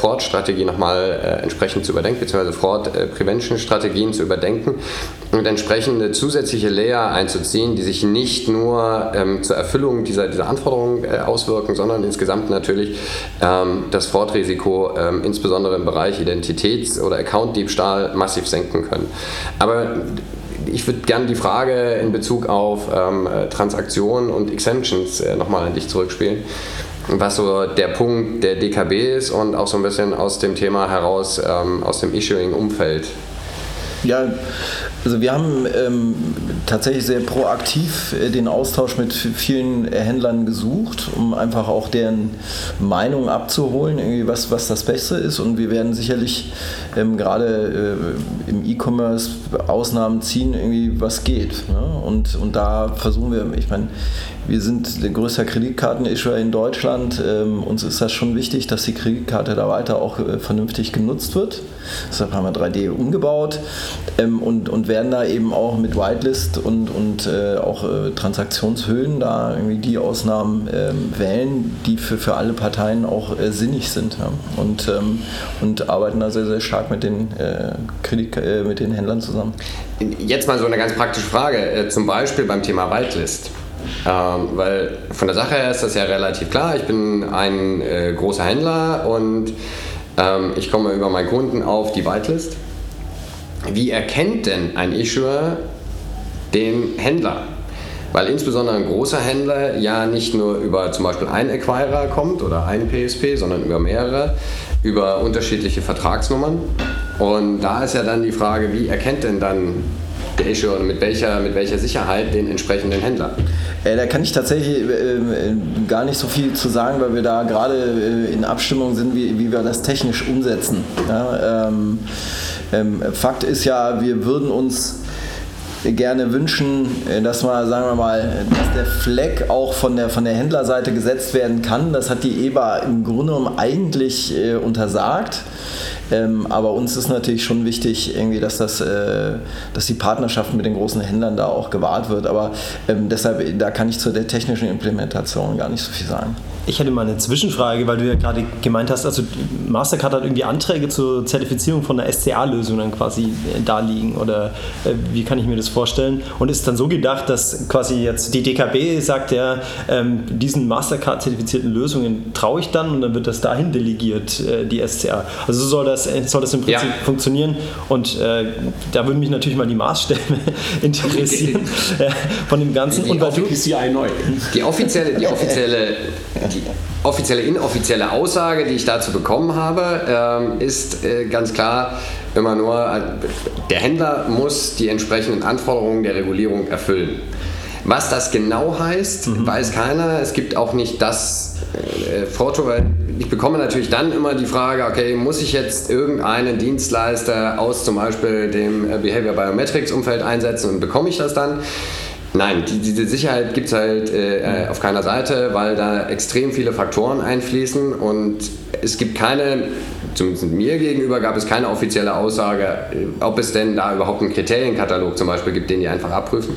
Strategie nochmal äh, entsprechend zu überdenken, beziehungsweise Fraud-Prevention-Strategien zu überdenken und entsprechende zusätzliche Layer einzuziehen, die sich nicht nur ähm, zur Erfüllung dieser, dieser Anforderungen äh, auswirken, sondern insgesamt natürlich ähm, das Fraud-Risiko ähm, insbesondere im Bereich Identitäts- oder Account-Diebstahl massiv senken können. Aber ich würde gerne die Frage in Bezug auf ähm, Transaktionen und Exemptions äh, nochmal an dich zurückspielen, was so der Punkt der D K B ist und auch so ein bisschen aus dem Thema heraus, ähm, aus dem Issuing-Umfeld. Ja, also wir haben ähm, tatsächlich sehr proaktiv äh, den Austausch mit vielen Händlern gesucht, um einfach auch deren Meinung abzuholen, irgendwie was, was das Beste ist. Und wir werden sicherlich ähm, gerade äh, im E-Commerce Ausnahmen ziehen, irgendwie was geht. Ne? Und, und da versuchen wir, ich meine, wir sind der größte Kreditkarten-Issuer in Deutschland. Ähm, uns ist das schon wichtig, dass die Kreditkarte da weiter auch äh, vernünftig genutzt wird. Deshalb haben wir drei D umgebaut ähm, und, und werden da eben auch mit Whitelist und, und äh, auch äh, Transaktionshöhen da irgendwie die Ausnahmen ähm, wählen, die für, für alle Parteien auch äh, sinnig sind. Ja. Und, ähm, und arbeiten da sehr, sehr stark mit den, äh, Kredit, äh, mit den Händlern zusammen. Jetzt mal so eine ganz praktische Frage, äh, zum Beispiel beim Thema Whitelist. Ähm, weil von der Sache her ist das ja relativ klar. Ich bin ein äh, großer Händler und ähm, ich komme über meinen Kunden auf die Whitelist. Wie erkennt denn ein Issuer den Händler? Weil insbesondere ein großer Händler ja nicht nur über zum Beispiel einen Acquirer kommt oder einen P S P, sondern über mehrere, über unterschiedliche Vertragsnummern. Und da ist ja dann die Frage, wie erkennt denn dann der Issuer und mit welcher, mit welcher Sicherheit den entsprechenden Händler? Äh, da kann ich tatsächlich äh, gar nicht so viel zu sagen, weil wir da gerade äh, in Abstimmung sind, wie, wie wir das technisch umsetzen. Ja, ähm, ähm, Fakt ist ja, wir würden uns gerne wünschen, dass mal, sagen wir mal, dass der Flag auch von der, von der Händlerseite gesetzt werden kann. Das hat die E B A im Grunde genommen eigentlich äh, untersagt. Ähm, aber uns ist natürlich schon wichtig, irgendwie, dass, das, äh, dass die Partnerschaft mit den großen Händlern da auch gewahrt wird. Aber ähm, deshalb, da kann ich zu der technischen Implementation gar nicht so viel sagen. Ich hätte mal eine Zwischenfrage, weil du ja gerade gemeint hast, also Mastercard hat irgendwie Anträge zur Zertifizierung von einer S C A-Lösung dann quasi da liegen oder äh, wie kann ich mir das vorstellen? Und ist dann so gedacht, dass quasi jetzt die D K B sagt, ja, ähm, diesen Mastercard-zertifizierten Lösungen traue ich dann und dann wird das dahin delegiert, äh, die S C A. Also so soll das, soll das im Prinzip ja. funktionieren und äh, da würden mich natürlich mal die Maßstäbe interessieren äh, von dem Ganzen. Die, und weil du, neu. Die offizielle, die offizielle Die offizielle, inoffizielle Aussage, die ich dazu bekommen habe, ähm, ist äh, ganz klar immer nur, äh, der Händler muss die entsprechenden Anforderungen der Regulierung erfüllen. Was das genau heißt, mhm. weiß keiner. Es gibt auch nicht das äh, Foto, weil ich bekomme natürlich dann immer die Frage, okay, muss ich jetzt irgendeinen Dienstleister aus zum Beispiel dem Behavior Biometrics Umfeld einsetzen und bekomme ich das dann? Nein, die, diese Sicherheit gibt es halt äh, auf keiner Seite, weil da extrem viele Faktoren einfließen und es gibt keine, zumindest mir gegenüber, gab es keine offizielle Aussage, ob es denn da überhaupt einen Kriterienkatalog zum Beispiel gibt, den die einfach abprüfen.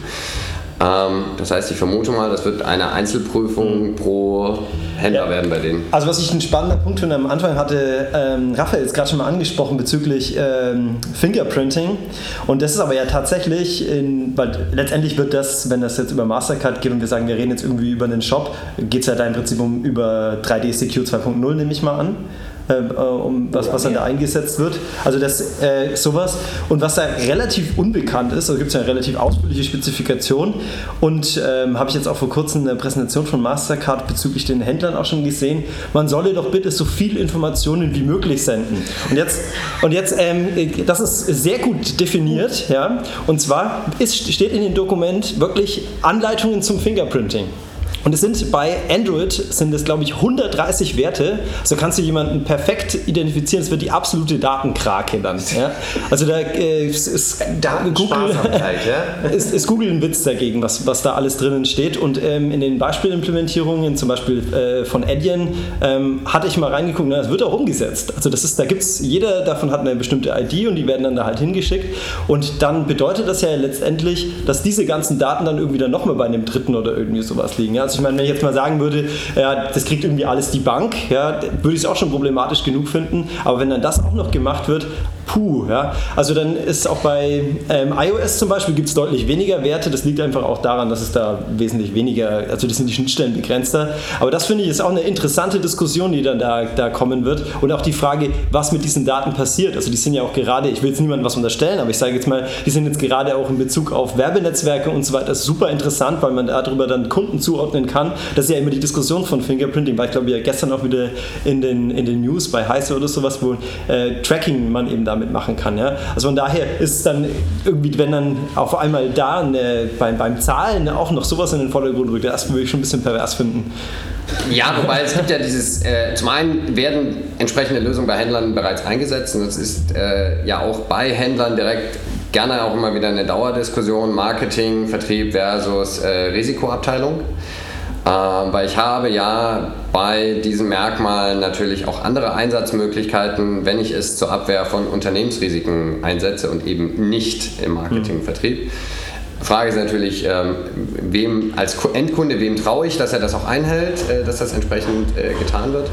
Ähm, das heißt, ich vermute mal, das wird eine Einzelprüfung pro Händler ja. werden bei denen. Also was ich einen spannenden Punkt finde, am Anfang hatte ähm, Raphael jetzt gerade schon mal angesprochen bezüglich ähm, Fingerprinting und das ist aber ja tatsächlich, in, weil letztendlich wird das, wenn das jetzt über Mastercard geht und wir sagen, wir reden jetzt irgendwie über einen Shop, geht es ja da im Prinzip um über drei D Secure zwei Punkt null, nehme ich mal an. Äh, um was, was dann da eingesetzt wird. Also das äh, sowas. Und was da relativ unbekannt ist, also gibt es ja eine relativ ausführliche Spezifikation und ähm, habe ich jetzt auch vor kurzem eine Präsentation von Mastercard bezüglich den Händlern auch schon gesehen, man solle doch bitte so viel Informationen wie möglich senden. Und jetzt, und jetzt ähm, das ist sehr gut definiert, ja, und zwar ist, steht in dem Dokument wirklich Anleitungen zum Fingerprinting. Und es sind bei Android sind es, glaube ich, hundertdreißig Werte. So kannst du jemanden perfekt identifizieren. Es wird die absolute Datenkrake dann. Ja? Also da äh, ist, ist, Google, ja? ist, ist Google ein Witz dagegen, was, was da alles drinnen steht. Und ähm, in den Beispielimplementierungen, zum Beispiel äh, von Adyen, ähm, hatte ich mal reingeguckt, na, das wird auch umgesetzt. Also das ist, da gibt's, jeder davon hat eine bestimmte I D und die werden dann da halt hingeschickt. Und dann bedeutet das ja letztendlich, dass diese ganzen Daten dann irgendwie dann nochmal bei einem Dritten oder irgendwie sowas liegen. Ja? Also Also ich meine, wenn ich jetzt mal sagen würde, ja, das kriegt irgendwie alles die Bank, ja, würde ich es auch schon problematisch genug finden. Aber wenn dann das auch noch gemacht wird, puh, ja. Also dann ist auch bei ähm, iOS zum Beispiel gibt es deutlich weniger Werte. Das liegt einfach auch daran, dass es da wesentlich weniger, also das sind die Schnittstellen begrenzter. Aber das finde ich ist auch eine interessante Diskussion, die dann da, da kommen wird. Und auch die Frage, was mit diesen Daten passiert. Also die sind ja auch gerade, ich will jetzt niemandem was unterstellen, aber ich sage jetzt mal, die sind jetzt gerade auch in Bezug auf Werbenetzwerke und so weiter super interessant, weil man darüber dann Kunden zuordnen kann. Das ist ja immer die Diskussion von Fingerprinting, war ich glaube ja gestern auch wieder in den, in den News bei Heise oder sowas, wo äh, Tracking man eben damit machen kann. Ja? Also von daher ist es dann irgendwie, wenn dann auf einmal da eine, beim, beim Zahlen auch noch sowas in den Vordergrund rückt, das würde ich schon ein bisschen pervers finden. Ja, wobei es gibt ja dieses, äh, zum einen werden entsprechende Lösungen bei Händlern bereits eingesetzt und es ist äh, ja auch bei Händlern direkt gerne auch immer wieder eine Dauerdiskussion, Marketing, Vertrieb versus äh, Risikoabteilung. Äh, weil ich habe ja bei diesen Merkmalen natürlich auch andere Einsatzmöglichkeiten, wenn ich es zur Abwehr von Unternehmensrisiken einsetze und eben nicht im Marketing, Vertrieb. Frage ist natürlich, ähm, wem als Endkunde, wem traue ich, dass er das auch einhält, äh, dass das entsprechend äh, getan wird.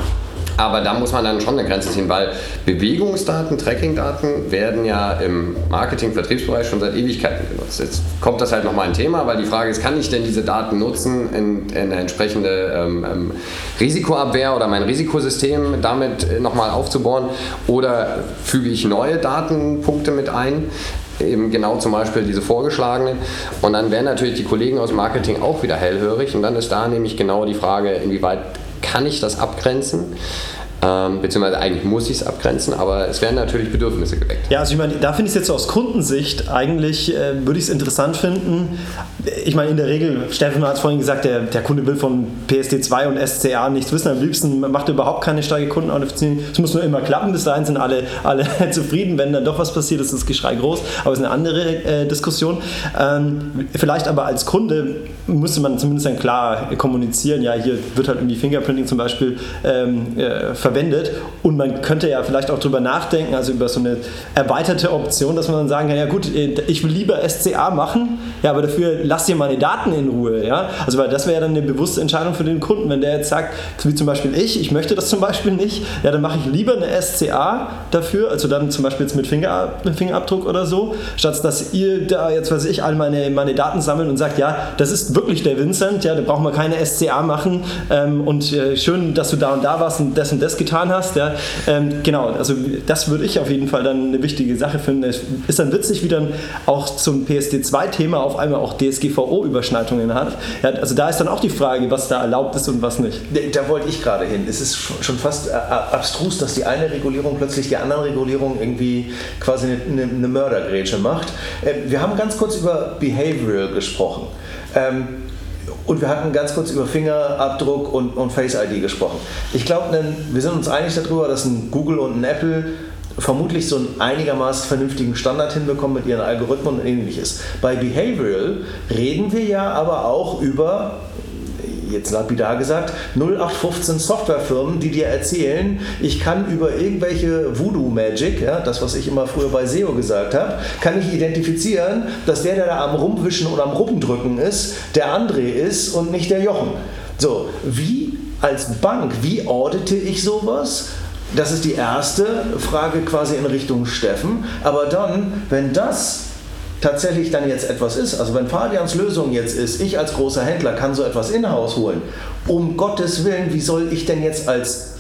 Aber da muss man dann schon eine Grenze ziehen, weil Bewegungsdaten, Trackingdaten werden ja im Marketing-Vertriebsbereich schon seit Ewigkeiten genutzt. Jetzt kommt das halt nochmal ein Thema, weil die Frage ist, kann ich denn diese Daten nutzen in, in eine entsprechende ähm, ähm, Risikoabwehr oder mein Risikosystem damit nochmal aufzubauen oder füge ich neue Datenpunkte mit ein? Eben genau zum Beispiel diese vorgeschlagenen. Und dann wären natürlich die Kollegen aus Marketing auch wieder hellhörig. Und dann ist da nämlich genau die Frage, inwieweit kann ich das abgrenzen? Ähm, beziehungsweise eigentlich muss ich es abgrenzen, aber es werden natürlich Bedürfnisse geweckt. Ja, also ich meine, da finde ich es jetzt so aus Kundensicht eigentlich, äh, würde ich es interessant finden. Ich meine, in der Regel, Steffen hat es vorhin gesagt, der, der Kunde will von P S D zwei und S C A nichts wissen. Am liebsten macht er überhaupt keine starke Kundenauthentifizierung. Es muss nur immer klappen, bis dahin sind alle, alle zufrieden. Wenn dann doch was passiert, ist das Geschrei groß. Aber es ist eine andere äh, Diskussion. Ähm, vielleicht aber als Kunde müsste man zumindest dann klar kommunizieren, ja, hier wird halt irgendwie Fingerprinting zum Beispiel ähm, äh, verwendet und man könnte ja vielleicht auch drüber nachdenken, also über so eine erweiterte Option, dass man dann sagen kann, ja gut, ich will lieber S C A machen, ja, aber dafür lass dir meine Daten in Ruhe, ja, also weil das wäre ja dann eine bewusste Entscheidung für den Kunden, wenn der jetzt sagt, wie zum Beispiel ich, ich möchte das zum Beispiel nicht, ja, dann mache ich lieber eine S C A dafür, also dann zum Beispiel jetzt mit Finger, Fingerabdruck oder so, statt dass ihr da jetzt, weiß ich, all meine, meine Daten sammelt und sagt, ja, das ist wirklich der Vincent, ja, da brauchen wir keine S C A machen ähm, und äh, schön, dass du da und da warst und das und das getan hast. Ja. Ähm, genau, also das würde ich auf jeden Fall dann eine wichtige Sache finden. Es ist dann witzig, wie dann auch zum P S D zwei Thema auf einmal auch D S G V O-Überschneidungen hat. Ja, also da ist dann auch die Frage, was da erlaubt ist und was nicht. Da wollte ich gerade hin. Es ist schon fast abstrus, dass die eine Regulierung plötzlich die andere Regulierung irgendwie quasi eine, eine Mördergrätsche macht. Wir haben ganz kurz über Behavioral gesprochen. Ähm, Und wir hatten ganz kurz über Fingerabdruck und, und Face I D gesprochen. Ich glaube, wir sind uns einig darüber, dass ein Google und ein Apple vermutlich so einen einigermaßen vernünftigen Standard hinbekommen mit ihren Algorithmen und ähnliches. Bei Behavioral reden wir ja aber auch über, jetzt lapidar gesagt, null acht fünfzehn Softwarefirmen, die dir erzählen, ich kann über irgendwelche Voodoo-Magic, ja, das was ich immer früher bei S E O gesagt habe, kann ich identifizieren, dass der, der da am Rumwischen oder am Ruppendrücken ist, der André ist und nicht der Jochen. So, wie als Bank, wie audite ich sowas? Das ist die erste Frage quasi in Richtung Steffen. Aber dann, wenn das tatsächlich dann jetzt etwas ist, also wenn Fabians Lösung jetzt ist, ich als großer Händler kann so etwas in-house holen, um Gottes Willen, wie soll ich denn jetzt als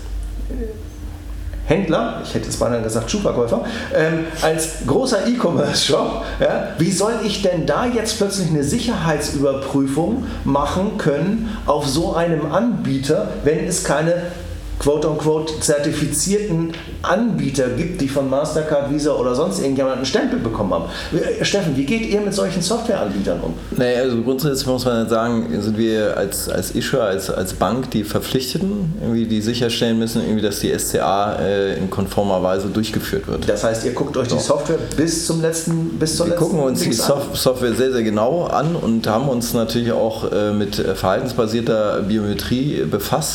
Händler, ich hätte jetzt beinahe gesagt Schuhverkäufer, ähm, als großer E-Commerce-Shop, ja, wie soll ich denn da jetzt plötzlich eine Sicherheitsüberprüfung machen können auf so einem Anbieter, wenn es keine quote-unquote zertifizierten Anbieter gibt, die von Mastercard, Visa oder sonst irgendjemand einen Stempel bekommen haben. Steffen, wie geht ihr mit solchen Softwareanbietern um? Naja, also grundsätzlich muss man sagen, sind wir als, als Issuer, als, als Bank die Verpflichteten, irgendwie, die sicherstellen müssen, irgendwie, dass die S C A äh, in konformer Weise durchgeführt wird. Das heißt, ihr guckt euch so. die Software bis zum letzten, bis zur wir letzten gucken uns die Sof- Software sehr, sehr genau an und haben uns natürlich auch äh, mit verhaltensbasierter Biometrie befasst.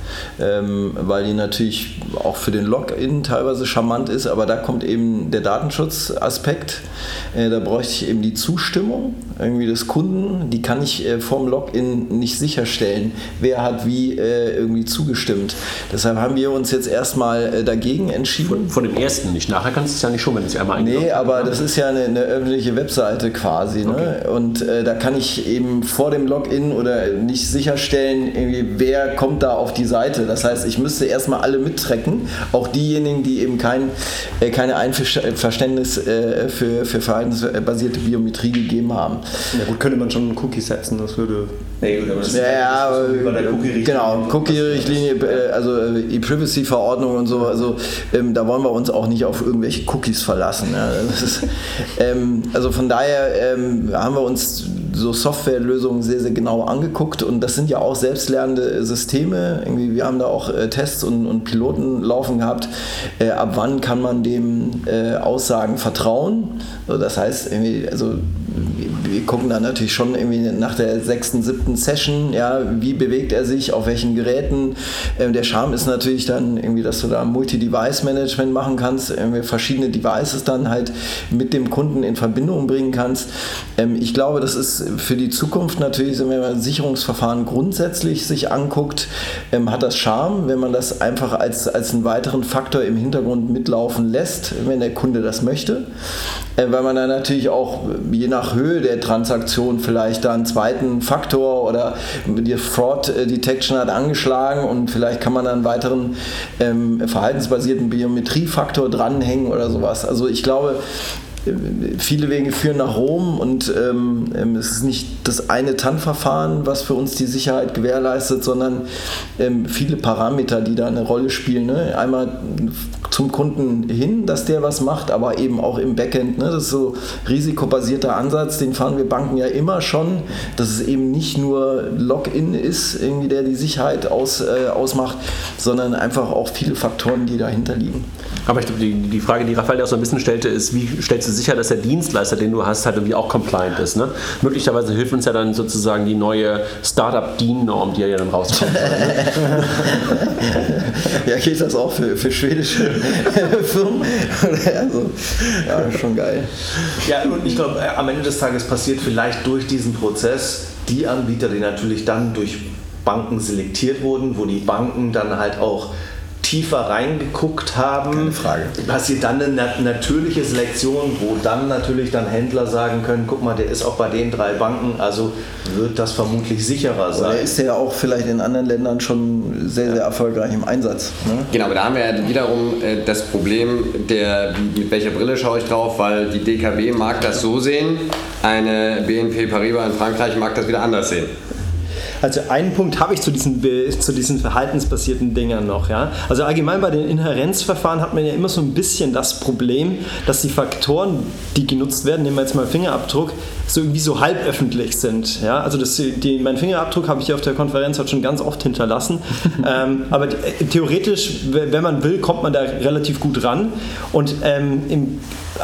ähm, weil die natürlich auch für den Login teilweise charmant ist, aber da kommt eben der Datenschutzaspekt. Äh, da bräuchte ich eben die Zustimmung irgendwie des Kunden, die kann ich äh, vorm Login nicht sicherstellen, wer hat wie äh, irgendwie zugestimmt. Deshalb haben wir uns jetzt erstmal äh, dagegen entschieden. Von, von dem ersten nicht, nachher kannst du es ja nicht schon, wenn du es einmal eingeloggt hast. Nee, aber das ist ja eine, eine öffentliche Webseite quasi. Ne? Okay. Und äh, da kann ich eben vor dem Login oder nicht sicherstellen, irgendwie, wer kommt da auf die Seite. Das heißt, ich müsste erstmal alle mittracken, auch diejenigen, die eben kein, äh, keine Einverständnis äh, für, für verhaltensbasierte Biometrie gegeben haben. Ja gut, könnte man schon einen Cookie setzen, das würde... Nee, gut, aber das ja, ja, ist über der Cookie-Richtlinie. Genau, Cookie-Richtlinie, äh, also äh, E-Privacy-Verordnung und so, also ähm, da wollen wir uns auch nicht auf irgendwelche Cookies verlassen. Ja. Das ist, ähm, also von daher ähm, haben wir uns so Softwarelösungen sehr, sehr genau angeguckt und das sind ja auch selbstlernende Systeme. Irgendwie, wir haben da auch äh, Tests und, und Piloten laufen gehabt. Äh, ab wann kann man dem äh, Aussagen vertrauen? Also das heißt, irgendwie, also wir gucken dann natürlich schon irgendwie nach der sechsten, siebten Session, ja, wie bewegt er sich, auf welchen Geräten. Ähm, der Charme ist natürlich dann irgendwie, dass du da Multi-Device-Management machen kannst, irgendwie verschiedene Devices dann halt mit dem Kunden in Verbindung bringen kannst. Ähm, ich glaube, das ist für die Zukunft natürlich, wenn man Sicherungsverfahren grundsätzlich sich anguckt, ähm, hat das Charme, wenn man das einfach als, als einen weiteren Faktor im Hintergrund mitlaufen lässt, wenn der Kunde das möchte. Äh, weil man dann natürlich auch je nach Höhe der Transaktion vielleicht da einen zweiten Faktor oder die Fraud Detection hat angeschlagen und vielleicht kann man dann einen weiteren ähm, verhaltensbasierten Biometriefaktor dranhängen oder sowas. Also ich glaube, viele Wege führen nach Rom und ähm, es ist nicht das eine T A N-Verfahren, was für uns die Sicherheit gewährleistet, sondern ähm, viele Parameter, die da eine Rolle spielen. Ne? Einmal zum Kunden hin, dass der was macht, aber eben auch im Backend. Ne? Das ist so risikobasierter Ansatz, den fahren wir Banken ja immer schon, dass es eben nicht nur Login ist, irgendwie, der die Sicherheit aus, äh, ausmacht, sondern einfach auch viele Faktoren, die dahinter liegen. Aber ich glaube, die, die Frage, die Raphael auch so ein bisschen stellte, ist, wie stellst du sicher, dass der Dienstleister, den du hast, halt irgendwie auch compliant ist? Ne? Möglicherweise hilft uns ja dann sozusagen die neue Startup-D I N-Norm, die ja dann rauskommt. Ne? Ja, geht das auch für, für schwedische Firmen? Also, ja, schon geil. Ja, und ich glaube, am Ende des Tages passiert vielleicht durch diesen Prozess die Anbieter, die natürlich dann durch Banken selektiert wurden, wo die Banken dann halt auch tiefer reingeguckt haben. Keine Frage. Passiert dann eine nat- natürliche Selektion, wo dann natürlich dann Händler sagen können, guck mal, der ist auch bei den drei Banken, also wird das vermutlich sicherer sein. Oder ist der auch vielleicht in anderen Ländern schon sehr, sehr erfolgreich im Einsatz. Ne? Genau, aber da haben wir ja wiederum äh, das Problem, der, mit welcher Brille schaue ich drauf, weil die D K B mag das so sehen, eine B N P Paribas in Frankreich mag das wieder anders sehen. Also einen Punkt habe ich zu diesen, zu diesen verhaltensbasierten Dingern noch. Ja? Also allgemein bei den Inhärenzverfahren hat man ja immer so ein bisschen das Problem, dass die Faktoren, die genutzt werden, nehmen wir jetzt mal Fingerabdruck, so irgendwie so halböffentlich sind. Ja? Also das, die, mein Fingerabdruck habe ich auf der Konferenz heute schon ganz oft hinterlassen. ähm, aber theoretisch, wenn man will, kommt man da relativ gut ran. Und ähm, im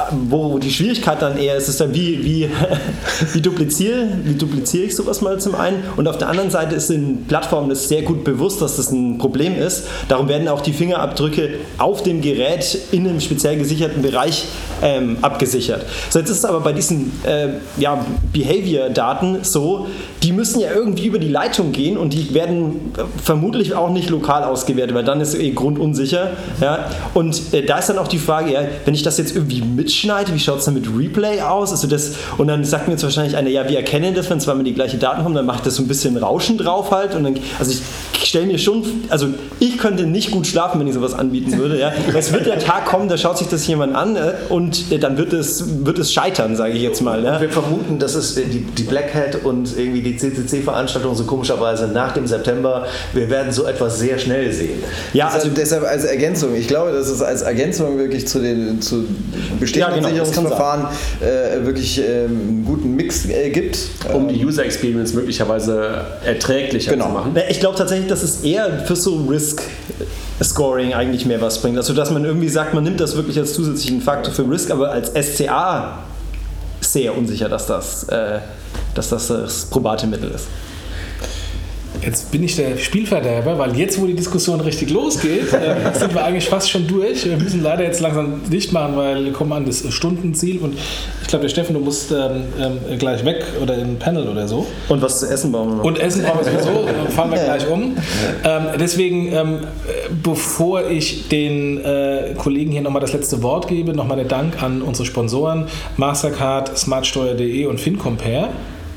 wo die Schwierigkeit dann eher ist, ist dann, wie, wie, wie, dupliziere, wie dupliziere ich sowas mal zum einen, und auf der anderen Seite ist den Plattformen das sehr gut bewusst, dass das ein Problem ist. Darum werden auch die Fingerabdrücke auf dem Gerät in einem speziell gesicherten Bereich ähm, abgesichert. So, jetzt ist es aber bei diesen äh, ja, Behavior-Daten so, die müssen ja irgendwie über die Leitung gehen und die werden vermutlich auch nicht lokal ausgewertet, weil dann ist es eh grundunsicher. Ja? Und äh, da ist dann auch die Frage, ja, wenn ich das jetzt irgendwie mitschneide, wie schaut es dann mit Replay aus? Also das, und dann sagt mir jetzt wahrscheinlich einer, ja, wir erkennen das, wenn zweimal die gleiche Daten haben, dann macht das so ein bisschen Rauschen drauf halt. Und dann, also ich stelle mir schon, also ich könnte nicht gut schlafen, wenn ich sowas anbieten würde. Ja? Es wird der Tag kommen, da schaut sich das jemand an äh, und äh, dann wird es, wird es scheitern, sage ich jetzt mal. Ja? Wir vermuten, dass es die, die Black Hat und irgendwie die C C C-Veranstaltung so komischerweise nach dem September, wir werden so etwas sehr schnell sehen. Ja, also deshalb als Ergänzung, ich glaube, dass es als Ergänzung wirklich zu den zu bestehenden ja, genau, Sicherungsverfahren äh, wirklich äh, einen guten Mix äh, gibt. Um die User Experience möglicherweise erträglicher genau. zu machen. Ich glaube tatsächlich, dass es eher für so Risk Scoring eigentlich mehr was bringt. Also dass man irgendwie sagt, man nimmt das wirklich als zusätzlichen Faktor für Risk, aber als S C A sehr unsicher, dass das, äh, dass das das probate Mittel ist. jetzt bin ich der Spielverderber, weil jetzt, wo die Diskussion richtig losgeht, äh, sind wir eigentlich fast schon durch. Wir müssen leider jetzt langsam dicht machen, weil wir kommen an das Stundenziel und ich glaube, der Steffen, du musst ähm, ähm, gleich weg oder in ein Panel oder so. Und was zu essen brauchen wir noch. Und Essen brauchen wir sowieso, dann fahren wir gleich um. Ähm, deswegen, ähm, bevor ich den äh, Kollegen hier nochmal das letzte Wort gebe, nochmal der Dank an unsere Sponsoren Mastercard, smartsteuer punkt de und FinCompare.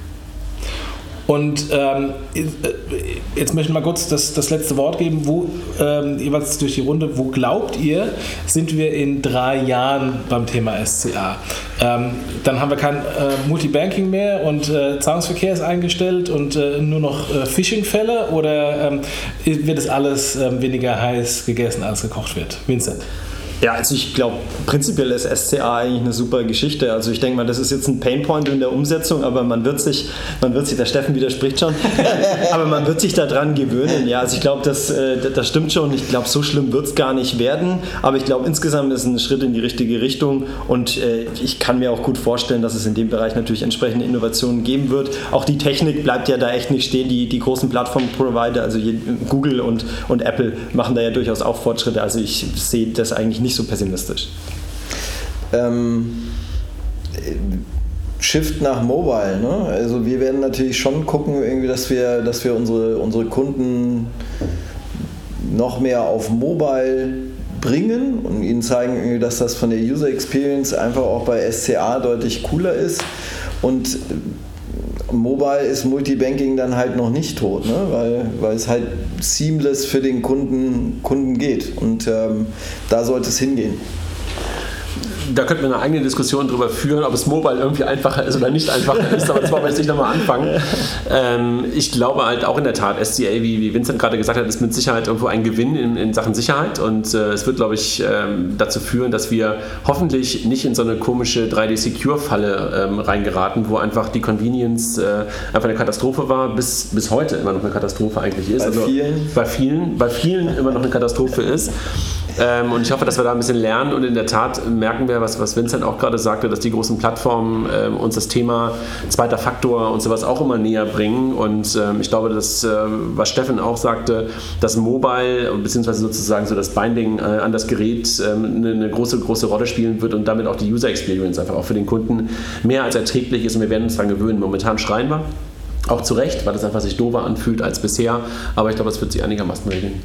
Und ähm, jetzt möchte ich mal kurz das, das letzte Wort geben, wo, ähm, jeweils durch die Runde, wo glaubt ihr, sind wir in drei Jahren beim Thema S C A? Ähm, dann haben wir kein äh, Multibanking mehr und äh, Zahlungsverkehr ist eingestellt und äh, nur noch äh, Phishing-Fälle oder ähm, wird es alles äh, weniger heiß gegessen, als gekocht wird? Vincent? Ja, also ich glaube, prinzipiell ist S C A eigentlich eine super Geschichte. Also ich denke mal, das ist jetzt ein Painpoint in der Umsetzung, aber man wird sich, man wird sich, der Steffen widerspricht schon, aber man wird sich daran gewöhnen. Ja, also ich glaube, das, das stimmt schon. Ich glaube, so schlimm wird es gar nicht werden, aber ich glaube, insgesamt ist es ein Schritt in die richtige Richtung und ich kann mir auch gut vorstellen, dass es in dem Bereich natürlich entsprechende Innovationen geben wird. Auch die Technik bleibt ja da echt nicht stehen. Die, die großen Plattform-Provider, also Google und, und Apple machen da ja durchaus auch Fortschritte. Also ich sehe das eigentlich nicht nicht so pessimistisch. Ähm, Shift nach Mobile, ne? Also wir werden natürlich schon gucken, irgendwie, dass wir, dass wir unsere, unsere Kunden noch mehr auf Mobile bringen und ihnen zeigen, dass das von der User Experience einfach auch bei S C A deutlich cooler ist. Und Mobile ist Multibanking dann halt noch nicht tot, ne? weil, weil es halt seamless für den Kunden, Kunden geht und ähm, da sollte es hingehen. Da könnten wir eine eigene Diskussion darüber führen, ob es mobile irgendwie einfacher ist oder nicht einfacher ist, aber das wollen wir jetzt nicht nochmal anfangen. Ähm, ich glaube halt auch in der Tat, S C A, wie, wie Vincent gerade gesagt hat, ist mit Sicherheit irgendwo ein Gewinn in, in Sachen Sicherheit und äh, es wird, glaube ich, ähm, dazu führen, dass wir hoffentlich nicht in so eine komische drei D-Secure-Falle ähm, reingeraten, wo einfach die Convenience äh, einfach eine Katastrophe war, bis, bis heute immer noch eine Katastrophe eigentlich ist. Bei also vielen? Bei vielen, bei vielen immer noch eine Katastrophe ist. Ähm, und ich hoffe, dass wir da ein bisschen lernen und in der Tat merken wir, was, was Vincent auch gerade sagte, dass die großen Plattformen ähm, uns das Thema zweiter Faktor und sowas auch immer näher bringen und ähm, ich glaube, dass, äh, was Steffen auch sagte, dass Mobile beziehungsweise sozusagen so das Binding äh, an das Gerät ähm, eine, eine große, große Rolle spielen wird und damit auch die User Experience einfach auch für den Kunden mehr als erträglich ist und wir werden uns daran gewöhnen. Momentan schreien wir, auch zu Recht, weil das einfach sich doofer anfühlt als bisher, aber ich glaube, es wird sich einigermaßen regeln.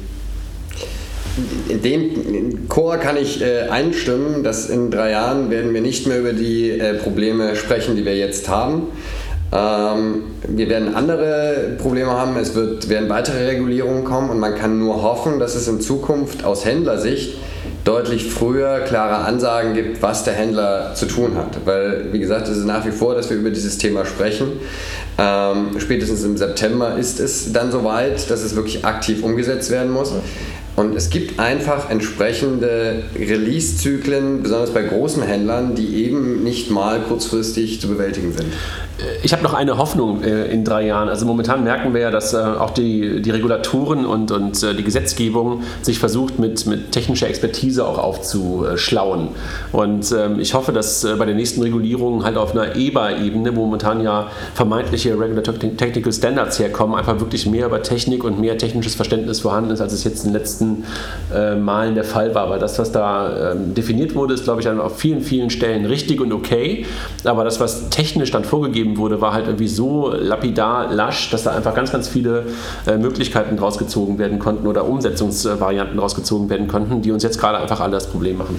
Dem Chor kann ich äh, einstimmen, dass in drei Jahren werden wir nicht mehr über die äh, Probleme sprechen, die wir jetzt haben. Ähm, wir werden andere Probleme haben, es wird, werden weitere Regulierungen kommen und man kann nur hoffen, dass es in Zukunft aus Händlersicht deutlich früher klare Ansagen gibt, was der Händler zu tun hat. Weil, wie gesagt, es ist nach wie vor, dass wir über dieses Thema sprechen. Ähm, spätestens im September ist es dann soweit, dass es wirklich aktiv umgesetzt werden muss. Und es gibt einfach entsprechende Release-Zyklen, besonders bei großen Händlern, die eben nicht mal kurzfristig zu bewältigen sind. Ich habe noch eine Hoffnung äh, in drei Jahren. Also momentan merken wir ja, dass äh, auch die, die Regulatoren und, und äh, die Gesetzgebung sich versucht, mit, mit technischer Expertise auch aufzuschlauen. Und ähm, ich hoffe, dass äh, bei den nächsten Regulierungen halt auf einer E B A-Ebene, wo momentan ja vermeintliche Regulatory Technical Standards herkommen, einfach wirklich mehr über Technik und mehr technisches Verständnis vorhanden ist, als es jetzt in den letzten äh, Malen der Fall war. Weil das, was da äh, definiert wurde, ist, glaube ich, auf vielen, vielen Stellen richtig und okay. Aber das, was technisch dann vorgegeben wurde, war halt irgendwie so lapidar, lasch, dass da einfach ganz, ganz viele äh, Möglichkeiten draus gezogen werden konnten oder Umsetzungsvarianten draus gezogen werden konnten, die uns jetzt gerade einfach alle das Problem machen.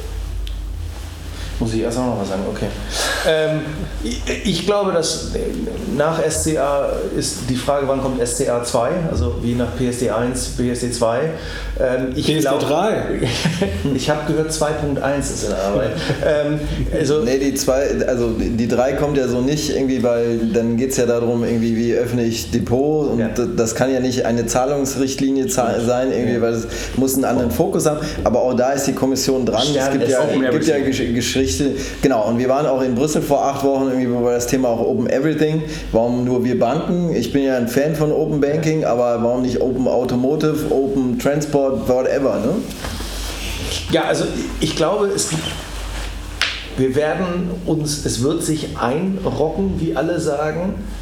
Muss ich erst auch noch was sagen, okay. Ähm, ich, ich glaube, dass nach S C A ist die Frage, wann kommt S C A zwei, also wie nach P S D eins, P S D zwei. Ähm, ich P S D drei? Ich habe gehört, zwei Punkt eins ist in der Arbeit. ähm, also nee, die zwei, also die drei kommt ja so nicht irgendwie, weil dann geht es ja darum, irgendwie wie öffne ich Depot und ja. das kann ja nicht eine Zahlungsrichtlinie sein, irgendwie, weil es muss einen anderen Fokus haben, aber auch da ist die Kommission dran. Stern, es gibt ja, gibt ja Geschichten. Genau, und wir waren auch in Brüssel vor acht Wochen, irgendwie, wo wir das Thema auch Open Everything, warum nur wir Banken? Ich bin ja ein Fan von Open Banking, aber warum nicht Open Automotive, Open Transport, whatever, ne? Ja, also ich glaube, es gibt, wir werden uns, es wird sich einrocken, wie alle sagen,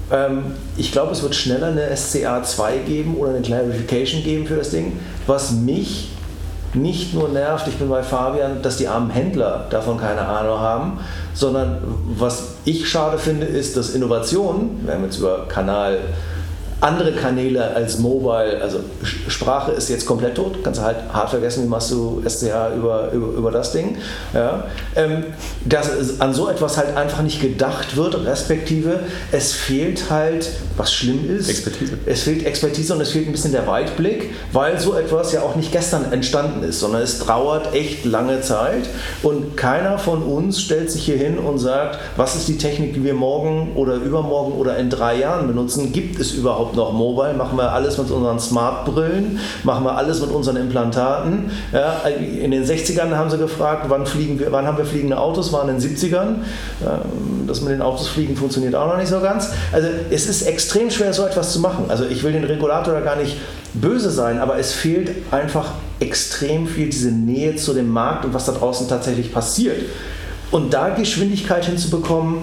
Ähm, ich glaube, es wird schneller eine S C A zwei geben oder eine Clarification geben für das Ding. Was mich nicht nur nervt, ich bin bei Fabian, dass die armen Händler davon keine Ahnung haben, sondern was ich schade finde, ist, dass Innovationen, wir haben jetzt über Kanal, andere Kanäle als Mobile, also Sprache ist jetzt komplett tot, kannst du halt hart vergessen, wie machst du S C H über, über, über das Ding. Ja. Ähm, dass an so etwas halt einfach nicht gedacht wird, respektive es fehlt halt, was schlimm ist, Expertise. Es fehlt Expertise und es fehlt ein bisschen der Weitblick, weil so etwas ja auch nicht gestern entstanden ist, sondern es dauert echt lange Zeit und keiner von uns stellt sich hier hin und sagt, was ist die Technik, die wir morgen oder übermorgen oder in drei Jahren benutzen, gibt es überhaupt noch Mobile, machen wir alles mit unseren Smart-Brillen, machen wir alles mit unseren Implantaten. Ja, in den sechzigern haben sie gefragt, wann, fliegen wir, wann haben wir fliegende Autos, waren in den siebzigern. Das mit den Autos fliegen funktioniert auch noch nicht so ganz. Also es ist extrem schwer, so etwas zu machen. Also ich will den Regulator da gar nicht böse sein, aber es fehlt einfach extrem viel diese Nähe zu dem Markt und was da draußen tatsächlich passiert. Und da Geschwindigkeit hinzubekommen,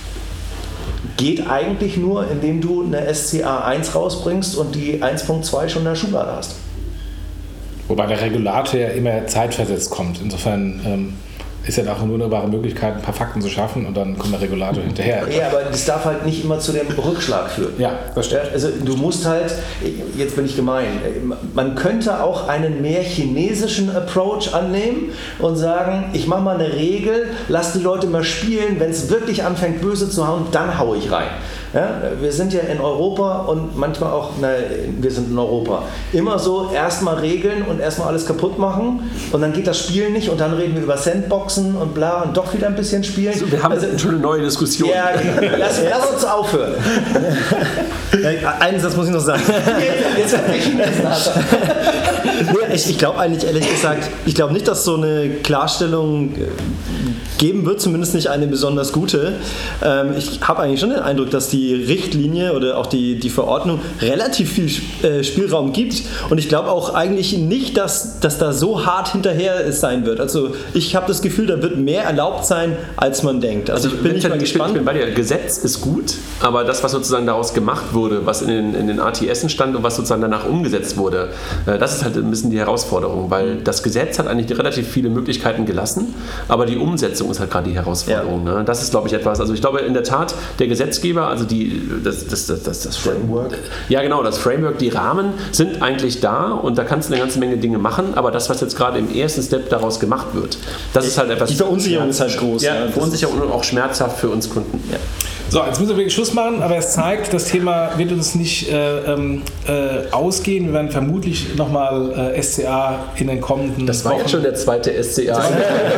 geht eigentlich nur, indem du eine S C A eins rausbringst und die eins Punkt zwei schon in der Schublade hast. Wobei der Regulator ja immer zeitversetzt kommt. Insofern ähm, ist ja auch eine wunderbare Möglichkeit, ein paar Fakten zu schaffen und dann kommt der Regulator hinterher. Ja, aber das darf halt nicht immer zu dem Rückschlag führen. Ja, das stimmt. Also du musst halt, jetzt bin ich gemein, man könnte auch einen mehr chinesischen Approach annehmen und sagen, ich mache mal eine Regel, lass die Leute mal spielen, wenn es wirklich anfängt böse zu hauen, dann haue ich rein. Ja, wir sind ja in Europa und manchmal auch, na, wir sind in Europa, immer so erstmal regeln und erstmal alles kaputt machen und dann geht das Spielen nicht und dann reden wir über Sandboxen und bla und doch wieder ein bisschen spielen. Also, wir haben also, schon eine neue Diskussion. Ja, lass, lass uns aufhören. Einen Satz muss ich noch sagen. Jetzt, jetzt ich ich glaube eigentlich ehrlich gesagt, ich glaube nicht, dass so eine Klarstellung geben wird, zumindest nicht eine besonders gute. Ähm, ich habe eigentlich schon den Eindruck, dass die Richtlinie oder auch die, die Verordnung relativ viel äh, Spielraum gibt und ich glaube auch eigentlich nicht, dass, dass da so hart hinterher sein wird. Also ich habe das Gefühl, da wird mehr erlaubt sein, als man denkt. Also, also ich bin nicht mal gespannt. Ich bin bei dir, Gesetz ist gut, aber das, was sozusagen daraus gemacht wurde, was in den, in den A T S stand und was sozusagen danach umgesetzt wurde, äh, das ist halt ein bisschen die Herausforderung, weil das Gesetz hat eigentlich relativ viele Möglichkeiten gelassen, aber die Umsetzung ist halt gerade die Herausforderung. Ja. Ne? Das ist, glaube ich, etwas, also ich glaube in der Tat, der Gesetzgeber, also die, das, das, das, das, das Framework, ja genau, das Framework, die Rahmen sind eigentlich da und da kannst du eine ganze Menge Dinge machen, aber das, was jetzt gerade im ersten Step daraus gemacht wird, das ist halt etwas... Die Verunsicherung ist halt groß. Ja, ja, Verunsicherung und auch schmerzhaft für uns Kunden. Ja. So, jetzt müssen wir wirklich Schluss machen, aber es zeigt, das Thema wird uns nicht äh, äh, ausgehen. Wir werden vermutlich nochmal äh, S C A in den kommenden Das war Wochen. jetzt schon der zweite S C A.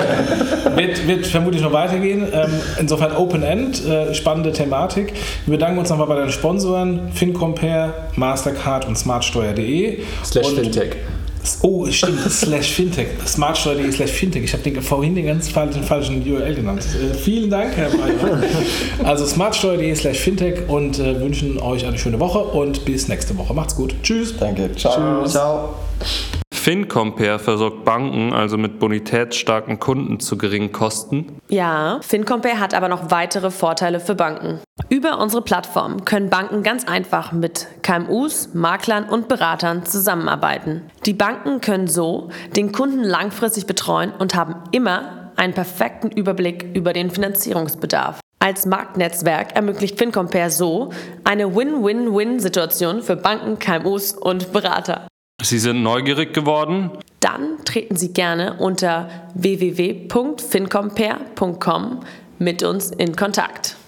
wird, wird vermutlich noch weitergehen. Ähm, insofern Open End, äh, spannende Thematik. Wir bedanken uns nochmal bei den Sponsoren FinCompare, Mastercard und smartsteuer punkt de. Slash Fintech. Oh, stimmt, slash Fintech, smartsteuer punkt de slash Fintech. Ich habe den vorhin den ganz falschen, falschen U R L genannt. Äh, vielen Dank, Herr Breyer. Also smartsteuer punkt de slash Fintech und äh, wünschen euch eine schöne Woche und bis nächste Woche. Macht's gut. Tschüss. Danke. Ciao. Tschüss. Ciao. FinCompare versorgt Banken also mit bonitätsstarken Kunden zu geringen Kosten. Ja, FinCompare hat aber noch weitere Vorteile für Banken. Über unsere Plattform können Banken ganz einfach mit K M Us, Maklern und Beratern zusammenarbeiten. Die Banken können so den Kunden langfristig betreuen und haben immer einen perfekten Überblick über den Finanzierungsbedarf. Als Marktnetzwerk ermöglicht FinCompare so eine Win-Win-Win-Situation für Banken, K M Us und Berater. Sie sind neugierig geworden? Dann treten Sie gerne unter w w w punkt fincompare punkt com mit uns in Kontakt.